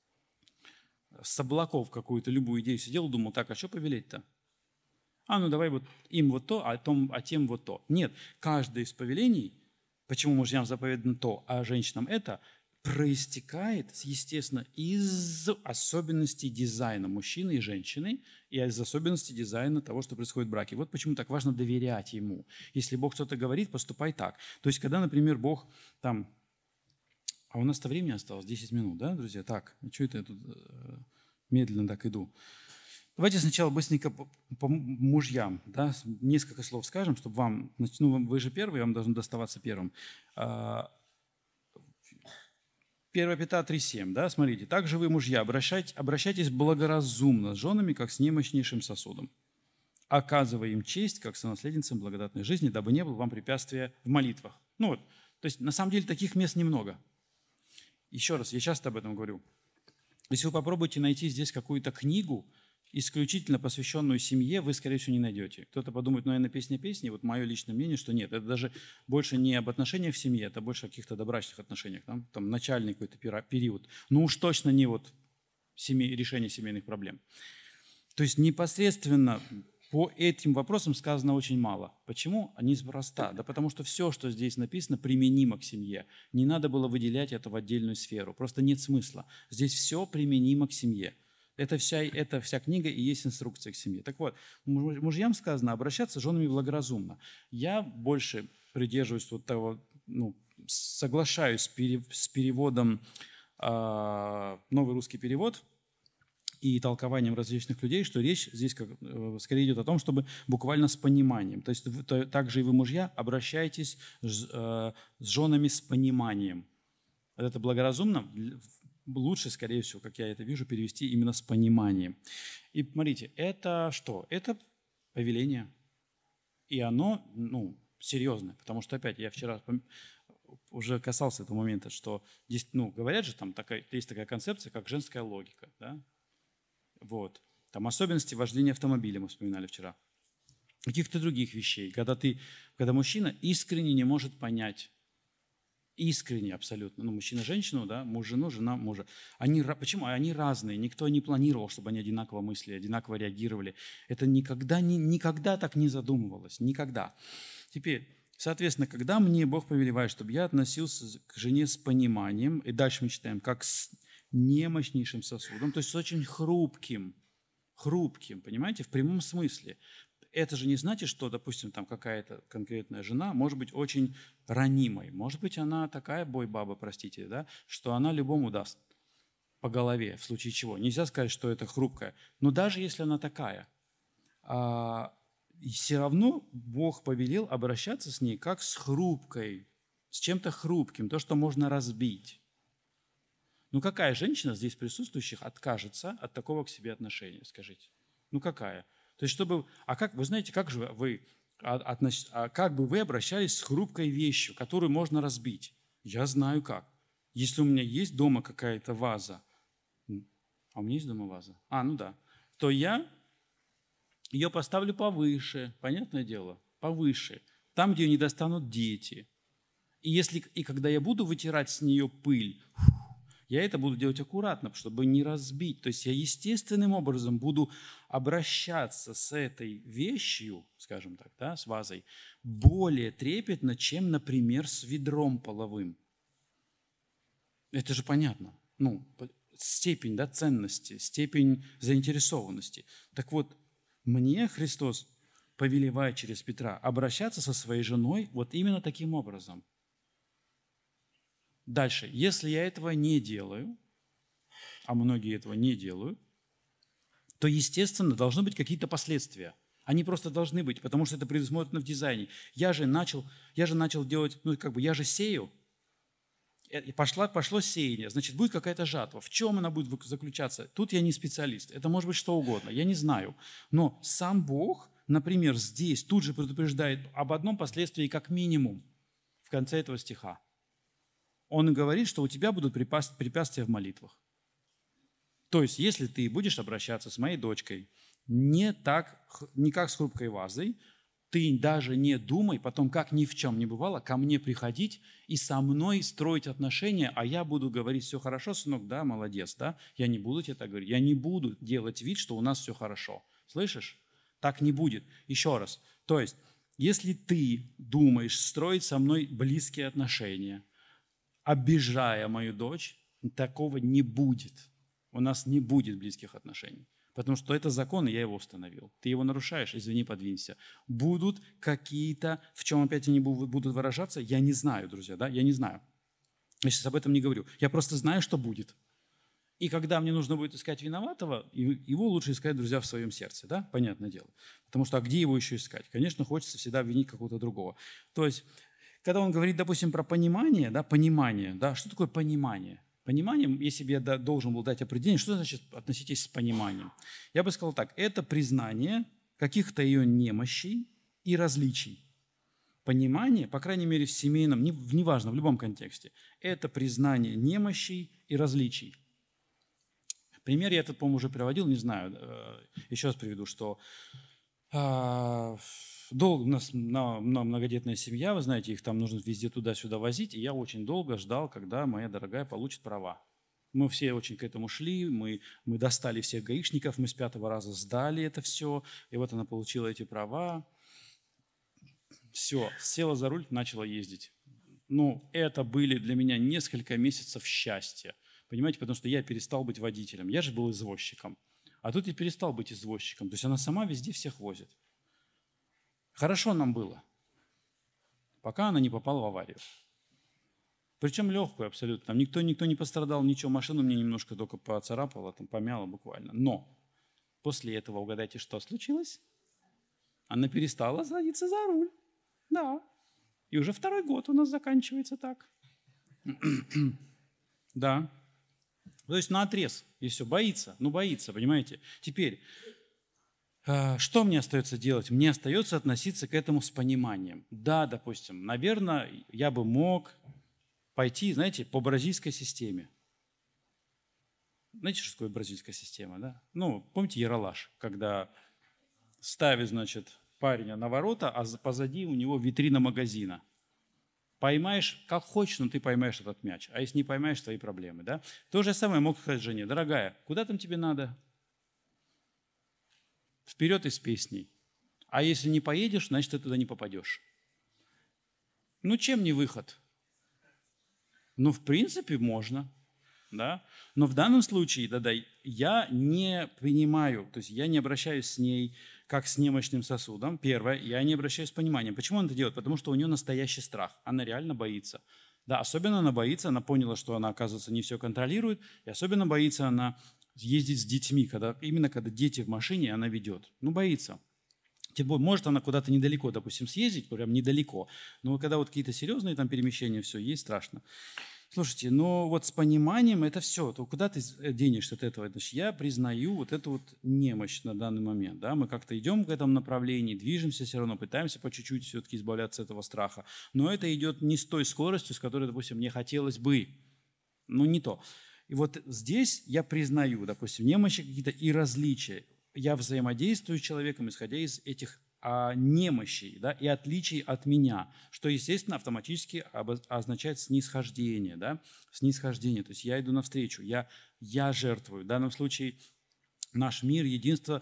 с облаков какую-то любую идею сидел, думал, так, а что повелеть-то? А, ну давай вот им вот то, а, том, а тем вот то. Нет, каждое из повелений, почему мужьям заповедано то, а женщинам это, проистекает, естественно, из особенностей дизайна мужчины и женщины и из особенностей дизайна того, что происходит в браке. Вот почему так важно доверять ему. Если Бог что-то говорит, поступай так. То есть, когда, например, Бог там... А у нас-то времени осталось десять минут, да, друзья? Так, а что это я тут э, медленно так иду? Давайте сначала быстренько по, по мужьям, да, несколько слов скажем, чтобы вам, ну, вы же первый, вам должен доставаться первым. первое Петра три семь, да, смотрите. «Также вы, мужья, обращайтесь, обращайтесь благоразумно с женами, как с немощнейшим сосудом, оказывая им честь, как сонаследницам благодатной жизни, дабы не было вам препятствия в молитвах». Ну вот, то есть на самом деле таких мест немного. Еще раз, я часто об этом говорю. Если вы попробуете найти здесь какую-то книгу, исключительно посвященную семье, вы, скорее всего, не найдете. Кто-то подумает, ну, наверное, песня песни. Вот мое личное мнение, что нет. Это даже больше не об отношениях в семье, это больше о каких-то добрачных отношениях, там, там начальный какой-то период. Ну уж точно не вот семей, решение семейных проблем. То есть непосредственно по этим вопросам сказано очень мало. Почему? Они неспроста. Да потому что все, что здесь написано, применимо к семье. Не надо было выделять это в отдельную сферу. Просто нет смысла. Здесь все применимо к семье. Это вся, это вся книга и есть инструкция к семье. Так вот, мужьям сказано обращаться с женами благоразумно. Я больше придерживаюсь вот того, ну, соглашаюсь с, пере, с переводом, э, новый русский перевод, и толкованием различных людей, что речь здесь как, скорее идет о том, чтобы буквально с пониманием. То есть то, также и вы, мужья, обращайтесь с, э, с женами с пониманием. Вот это благоразумно лучше, скорее всего, как я это вижу, перевести именно с пониманием. И смотрите, это что? Это повеление. И оно, ну, серьезное. Потому что, опять, я вчера уже касался этого момента, что здесь, ну, говорят же, там такая, есть такая концепция, как женская логика, да? Вот. Там особенности вождения автомобиля мы вспоминали вчера. Каких-то других вещей. Когда, ты, когда мужчина искренне не может понять, искренне абсолютно, ну, мужчина женщину, да, муж жену, жена мужа. Они, почему? Они разные. Никто не планировал, чтобы они одинаково мыслили, одинаково реагировали. Это никогда, не, никогда так не задумывалось. Никогда. Теперь, соответственно, когда мне Бог повелевает, чтобы я относился к жене с пониманием, и дальше мы читаем, как с немощнейшим сосудом, то есть с очень хрупким, хрупким, понимаете, в прямом смысле. Это же не значит, что, допустим, там какая-то конкретная жена может быть очень ранимой. Может быть, она такая бойбаба, простите, да, что она любому даст по голове, в случае чего. Нельзя сказать, что это хрупкая. Но даже если она такая, а, все равно Бог повелел обращаться с ней как с хрупкой, с чем-то хрупким, то, что можно разбить. Ну какая женщина здесь присутствующих откажется от такого к себе отношения, скажите? Ну какая? То есть чтобы, а как, вы знаете, как же вы, относ, а как бы вы обращались с хрупкой вещью, которую можно разбить? Я знаю как. Если у меня есть дома какая-то ваза, а у меня есть дома ваза? А, ну да. То я ее поставлю повыше, понятное дело, повыше, там, где ее не достанут дети. И, если, и когда я буду вытирать с нее пыль, я это буду делать аккуратно, чтобы не разбить. То есть я естественным образом буду обращаться с этой вещью, скажем так, да, с вазой, более трепетно, чем, например, с ведром половым. Это же понятно. Ну, степень, да, ценности, степень заинтересованности. Так вот, мне Христос повелевает через Петра обращаться со своей женой вот именно таким образом. Дальше. Если я этого не делаю, а многие этого не делают, то, естественно, должны быть какие-то последствия. Они просто должны быть, потому что это предусмотрено в дизайне. Я же начал, я же начал делать, ну, как бы, я же сею, и пошло, пошло сеяние, значит, будет какая-то жатва. В чем она будет заключаться? Тут я не специалист. Это может быть что угодно, я не знаю. Но сам Бог, например, здесь тут же предупреждает об одном последствии как минимум в конце этого стиха. Он говорит, что у тебя будут препятствия в молитвах. То есть, если ты будешь обращаться с моей дочкой не так, не как с хрупкой вазой, ты даже не думай потом, как ни в чем не бывало, ко мне приходить и со мной строить отношения, а я буду говорить: все хорошо, сынок, да, молодец, да. Я не буду тебе так говорить, я не буду делать вид, что у нас все хорошо. Слышишь? Так не будет. Еще раз. То есть, если ты думаешь строить со мной близкие отношения, обижая мою дочь, такого не будет. У нас не будет близких отношений. Потому что это закон, и я его установил. Ты его нарушаешь, извини, подвинься. Будут какие-то, в чем опять они будут выражаться, я не знаю, друзья, да, я не знаю. Я сейчас об этом не говорю. Я просто знаю, что будет. И когда мне нужно будет искать виноватого, его лучше искать, друзья, в своем сердце, да, понятное дело. Потому что, а где его еще искать? Конечно, хочется всегда обвинить какого-то другого. То есть, когда он говорит, допустим, про понимание, да, понимание, да, что такое понимание? Пониманием, если бы я должен был дать определение, что значит относитесь с пониманием? Я бы сказал так, это признание каких-то ее немощей и различий. Понимание, по крайней мере, в семейном, неважно, в любом контексте, это признание немощей и различий. Пример я этот, по-моему, уже приводил, не знаю, еще раз приведу, что долго у нас многодетная семья, вы знаете, их там нужно везде туда-сюда возить, и я очень долго ждал, когда моя дорогая получит права. Мы все очень к этому шли, мы, мы достали всех гаишников, мы с пятого раза сдали это все, и вот она получила эти права. Все, села за руль, начала ездить. Ну, это были для меня несколько месяцев счастья, понимаете, потому что я перестал быть водителем, я же был извозчиком, а тут я перестал быть извозчиком, то есть она сама везде всех возит. Хорошо нам было, пока она не попала в аварию. Причем легкую абсолютно. Там никто, никто не пострадал, ничего. Машину мне немножко только поцарапала, там помяла буквально. Но после этого, угадайте, что случилось? Она перестала садиться за руль. Да. И уже второй год у нас заканчивается так. Да. То есть наотрез. И все, боится. Ну, боится, понимаете. Теперь... Что мне остается делать? Мне остается относиться к этому с пониманием. Да, допустим, наверное, я бы мог пойти, знаете, по бразильской системе. Знаете, что такое бразильская система, да? Ну, помните яролаж, когда ставит, значит, парня на ворота, а позади у него витрина магазина. Поймаешь, как хочешь, но ты поймаешь этот мяч. А если не поймаешь, твои проблемы, да? То же самое мог сказать жене: дорогая, куда там тебе надо? Вперед и с песней. А если не поедешь, значит, ты туда не попадешь. Ну, чем не выход? Ну, в принципе, можно. да? Но в данном случае, да, да, я не принимаю, то есть я не обращаюсь с ней как с немощным сосудом. Первое, я не обращаюсь с пониманием. Почему она это делает? Потому что у нее настоящий страх. Она реально боится. Да, особенно она боится, она поняла, что она, оказывается, не все контролирует, и особенно боится она ездить с детьми, когда, именно когда дети в машине, она ведет. Ну, боится. Тем более, может она куда-то недалеко, допустим, съездить, прям недалеко, но когда вот какие-то серьезные там перемещения, все, ей страшно. Слушайте, но вот с пониманием это все, то куда ты денешься от этого? Значит, я признаю вот эту вот немощь на данный момент. Да? Мы как-то идем к этому направлению, движемся все равно, пытаемся по чуть-чуть все-таки избавляться от этого страха. Но это идет не с той скоростью, с которой, допустим, мне хотелось бы. Ну, не то. И вот здесь я признаю, допустим, немощи какие-то и различия. Я взаимодействую с человеком, исходя из этих а, немощей, да, и отличий от меня, что, естественно, автоматически означает снисхождение, да, снисхождение, то есть я иду навстречу, я, я жертвую. В данном случае наш мир, единство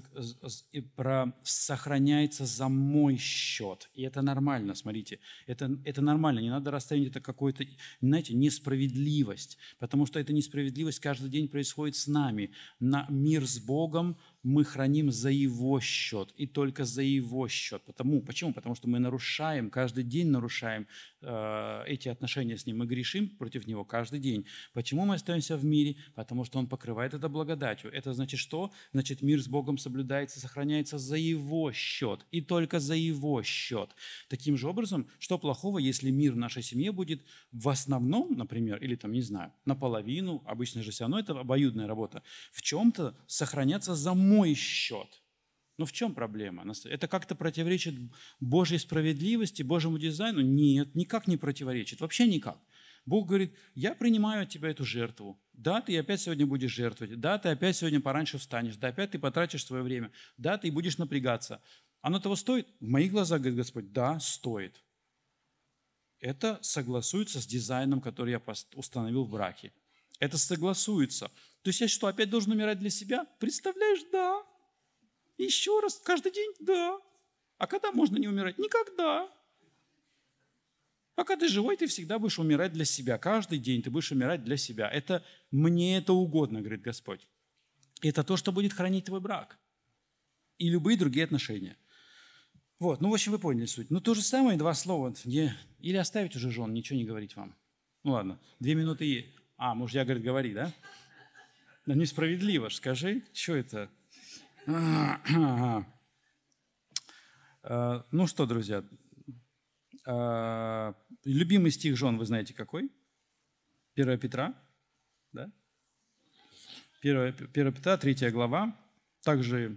сохраняется за мой счет. И это нормально, смотрите. Это, это нормально. Не надо расценивать это какой-то, знаете, несправедливость. Потому что эта несправедливость каждый день происходит с нами. На мир с Богом мы храним за Его счет. И только за Его счет. Потому, почему? Потому что мы нарушаем, каждый день нарушаем э, эти отношения с Ним. Мы грешим против Него каждый день. Почему мы остаемся в мире? Потому что Он покрывает это благодатью. Это значит что? Значит, мир с Богом соблюдается, сохраняется за Его счет. И только за Его счет. Таким же образом, что плохого, если мир в нашей семье будет в основном, например, или там, не знаю, наполовину, обычно же все равно это обоюдная работа, в чем-то сохраняться за мой счет. Но в чем проблема? Это как-то противоречит Божьей справедливости, Божьему дизайну? Нет, никак не противоречит, вообще никак. Бог говорит, я принимаю от тебя эту жертву. Да, ты опять сегодня будешь жертвовать. Да, ты опять сегодня пораньше встанешь. Да, опять ты потратишь свое время. Да, ты будешь напрягаться. Оно того стоит? В моих глазах, говорит Господь, да, стоит. Это согласуется с дизайном, который я установил в браке. Это согласуется. То есть я что, опять должен умирать для себя? Представляешь, да. Еще раз, каждый день, да. А когда можно не умирать? Никогда. Пока ты живой, ты всегда будешь умирать для себя. Каждый день ты будешь умирать для себя. Это мне это угодно, говорит Господь. Это то, что будет хранить твой брак. И любые другие отношения. Вот, ну, в общем, вы поняли суть. Ну, то же самое, два слова. Или оставить уже жен, ничего не говорить вам. Ну, ладно, две минуты есть. А, муж, я, говорит, говори, да? Да несправедливо ж, скажи, что это? Ага. Ну что, друзья, любимый стих жен, вы знаете какой? первое Петра, да? первое Петра, третья глава. Также,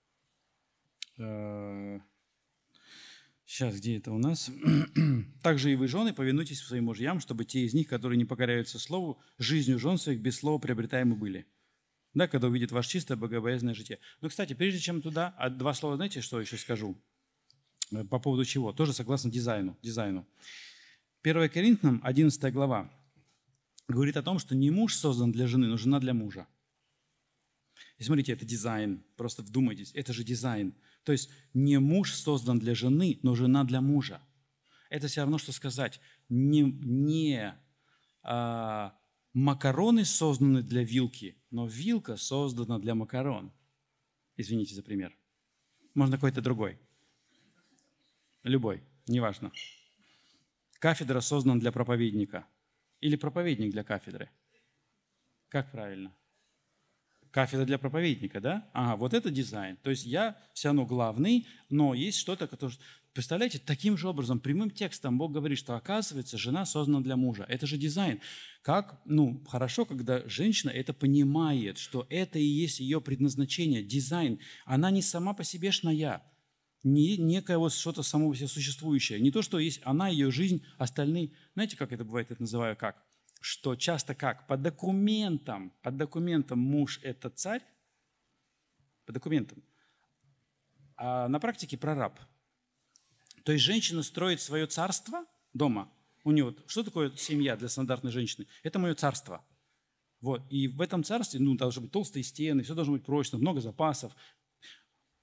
э, сейчас, где это у нас? Также и вы, жены, повинуйтесь своим мужьям, чтобы те из них, которые не покоряются слову, жизнью жен своих без слова приобретаемы были. Да, когда увидят ваше чистое, богобоязненное житие. Ну, кстати, прежде чем туда, два слова, знаете, что еще скажу? По поводу чего? Тоже согласно дизайну. дизайну. первое Коринфянам, одиннадцатая глава, говорит о том, что не муж создан для жены, но жена для мужа. И смотрите, это дизайн. Просто вдумайтесь, это же дизайн. То есть не муж создан для жены, но жена для мужа. Это все равно, что сказать, не, не а, макароны созданы для вилки, но вилка создана для макарон. Извините за пример. Можно какой-то другой. Любой, неважно. Кафедра создана для проповедника. Или проповедник для кафедры. Как правильно? Кафедра для проповедника, да? Ага, вот это дизайн. То есть я все равно главный, но есть что-то, которое... Представляете, таким же образом, прямым текстом Бог говорит, что оказывается, жена создана для мужа. Это же дизайн. Как, ну, хорошо, когда женщина это понимает, что это и есть ее предназначение, дизайн. Она не сама по себешная, не некое вот что-то само по себе существующее. Не то, что есть она, ее жизнь, остальные... Знаете, как это бывает, это называю как? Что часто как? По документам, по документам муж – это царь, по документам, а на практике прораб. То есть женщина строит свое царство дома. У нее, что такое семья для стандартной женщины? Это мое царство. Вот. И в этом царстве ну, должны быть толстые стены, все должно быть прочно, много запасов.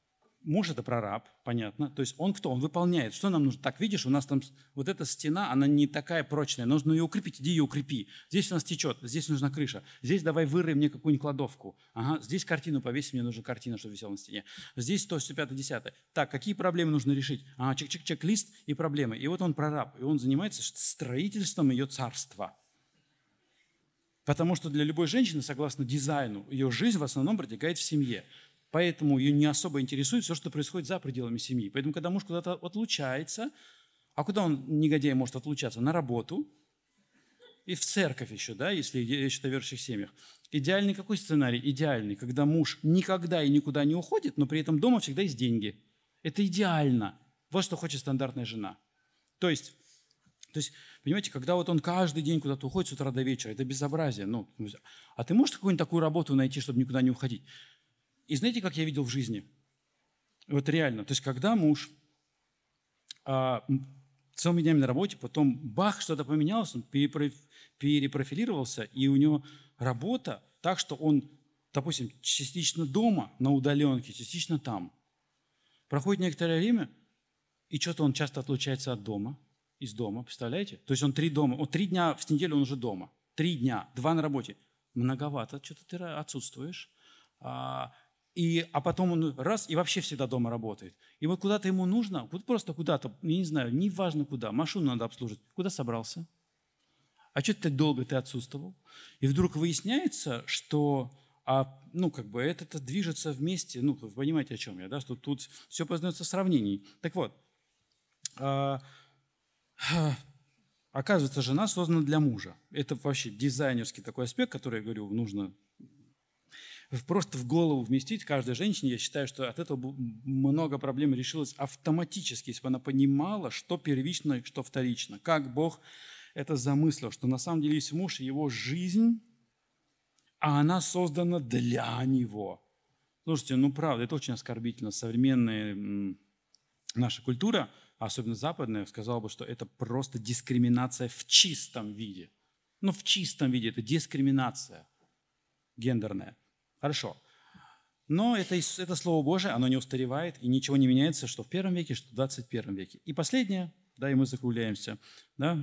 Муж – это прораб, понятно. То есть он кто? Он выполняет. Что нам нужно? Так, видишь, у нас там вот эта стена, она не такая прочная. Нужно ее укрепить, иди ее укрепи. Здесь у нас течет, здесь нужна крыша. Здесь давай вырой мне какую-нибудь кладовку. Ага, здесь картину повесить, мне нужна картина, чтобы висела на стене. Здесь то, все, пятое, десятое. Так, какие проблемы нужно решить? Ага, чек-чек-чек-лист и проблемы. И вот он прораб, и он занимается строительством ее царства. Потому что для любой женщины, согласно дизайну, ее жизнь в основном протекает в семье. Поэтому ее не особо интересует все, что происходит за пределами семьи. Поэтому, когда муж куда-то отлучается, а куда он, негодяй, может отлучаться? На работу и в церковь еще, да, если речь идет о верующих семьях. Идеальный какой сценарий? Идеальный, когда муж никогда и никуда не уходит, но при этом дома всегда есть деньги. Это идеально. Вот что хочет стандартная жена. То есть, то есть, понимаете, когда вот он каждый день куда-то уходит с утра до вечера, это безобразие. Ну, а ты можешь какую-нибудь такую работу найти, чтобы никуда не уходить? И знаете, как я видел в жизни? Вот реально. То есть, когда муж а, целыми днями на работе, потом бах, что-то поменялось, он перепрофилировался, и у него работа так, что он, допустим, частично дома, на удаленке, частично там. Проходит некоторое время, и что-то он часто отлучается от дома, из дома, представляете? То есть он три дома, он три дня в неделю он уже дома. Три дня, два на работе. Многовато, что-то ты отсутствуешь. А, И, а потом он раз и вообще всегда дома работает. И вот куда-то ему нужно, вот просто куда-то, я не знаю, неважно куда, машину надо обслужить. Куда собрался? А что ты так долго ты отсутствовал? И вдруг выясняется, что а, ну, как бы это движется вместе, ну, вы понимаете, о чем я, да, что тут все познается в сравнении. Так вот, а, оказывается, жена создана для мужа. Это вообще дизайнерский такой аспект, который, я говорю, нужно просто в голову вместить каждой женщине. Я считаю, что от этого много проблем решилось автоматически, если бы она понимала, что первично и что вторично. Как Бог это замыслил, что на самом деле есть муж и его жизнь, а она создана для него. Слушайте, ну правда, это очень оскорбительно. Современная наша культура, особенно западная, сказала бы, что это просто дискриминация в чистом виде. Ну, в чистом виде это дискриминация гендерная. Хорошо. Но это, это Слово Божие, оно не устаревает, и ничего не меняется, что в первом веке, что в двадцать первом веке. И последнее, да, и мы закругляемся, да,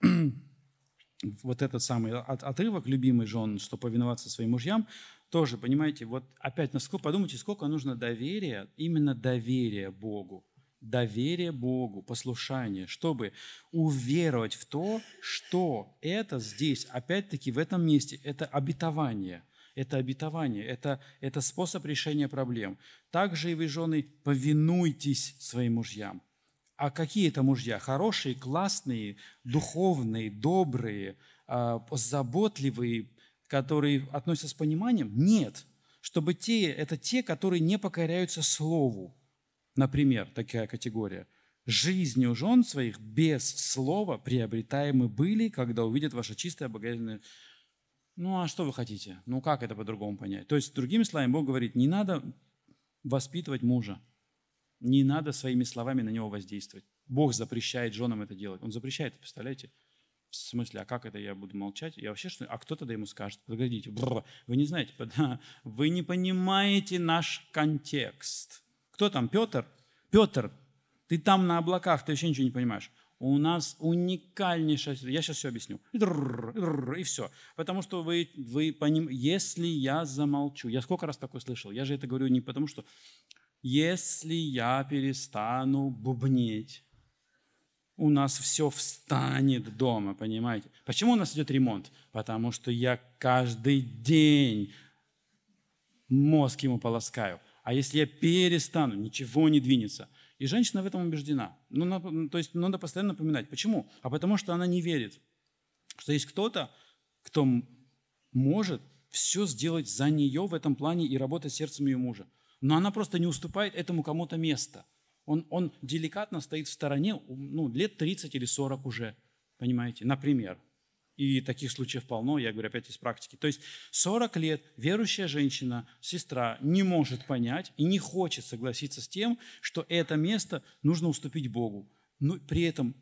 вот этот самый отрывок, любимый жен, что повиноваться своим мужьям, тоже, понимаете, вот опять, насколько, подумайте, сколько нужно доверия, именно доверия Богу, доверие Богу, послушание, чтобы уверовать в то, что это здесь, опять-таки в этом месте, это обетование. Это обетование, это, это способ решения проблем. Также и вы, жены, повинуйтесь своим мужьям. А какие это мужья? Хорошие, классные, духовные, добрые, заботливые, которые относятся с пониманием? Нет. Чтобы те, это те, которые не покоряются слову. Например, такая категория. Жизнью жен своих без слова приобретаемы были, когда увидят ваше чистое, обогатительное. Ну, а что вы хотите? Ну, как это по-другому понять? То есть, другими словами, Бог говорит, не надо воспитывать мужа, не надо своими словами на него воздействовать. Бог запрещает женам это делать. Он запрещает, представляете? В смысле, а как это я буду молчать? Я вообще что? А кто тогда ему скажет? Погодите, бррр, вы не знаете, вы не понимаете наш контекст. Кто там, Петр? Петр, ты там на облаках, ты вообще ничего не понимаешь. У нас уникальнейшая... Я сейчас все объясню. И все. Потому что вы, вы понимаете, если я замолчу... Я сколько раз такое слышал? Я же это говорю не потому, что... Если я перестану бубнеть, у нас все встанет дома, понимаете? Почему у нас идет ремонт? Потому что я каждый день мозг ему полоскаю. А если я перестану, ничего не двинется. И женщина в этом убеждена. Ну, на, то есть надо постоянно напоминать. Почему? А потому что она не верит, что есть кто-то, кто может все сделать за нее в этом плане и работать сердцем ее мужа. Но она просто не уступает этому кому-то место. Он, он деликатно стоит в стороне, ну, лет тридцать или сорок уже, понимаете, например. И таких случаев полно, я говорю опять из практики. То есть сорок лет верующая женщина, сестра, не может понять и не хочет согласиться с тем, что это место нужно уступить Богу. Но при этом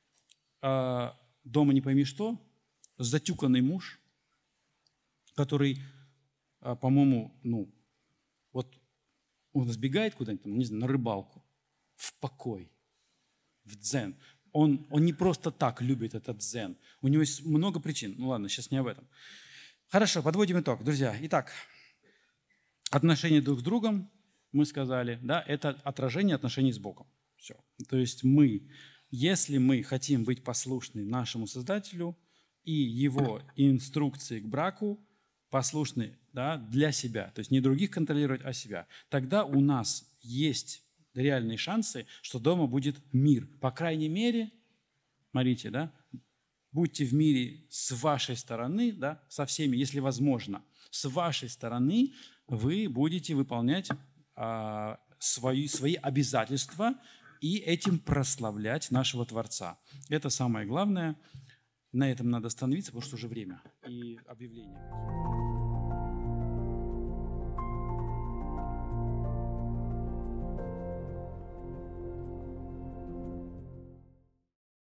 э, дома не пойми что, затюканный муж, который, э, по-моему, ну, вот он сбегает куда-нибудь, там, не знаю, на рыбалку, в покой, в дзен. Он, он не просто так любит этот дзен. У него есть много причин. Ну ладно, сейчас не об этом. Хорошо, подводим итог, друзья. Итак, отношения друг с другом, мы сказали, да, это отражение отношений с Богом. Все. То есть мы, если мы хотим быть послушны нашему Создателю и Его инструкции к браку, послушны, да, для себя, то есть не других контролировать, а себя, тогда у нас есть реальные шансы, что дома будет мир. По крайней мере, смотрите, да, будьте в мире с вашей стороны, да, со всеми, если возможно. С вашей стороны вы будете выполнять а, свои, свои обязательства и этим прославлять нашего Творца. Это самое главное. На этом надо остановиться, потому что уже время и объявление.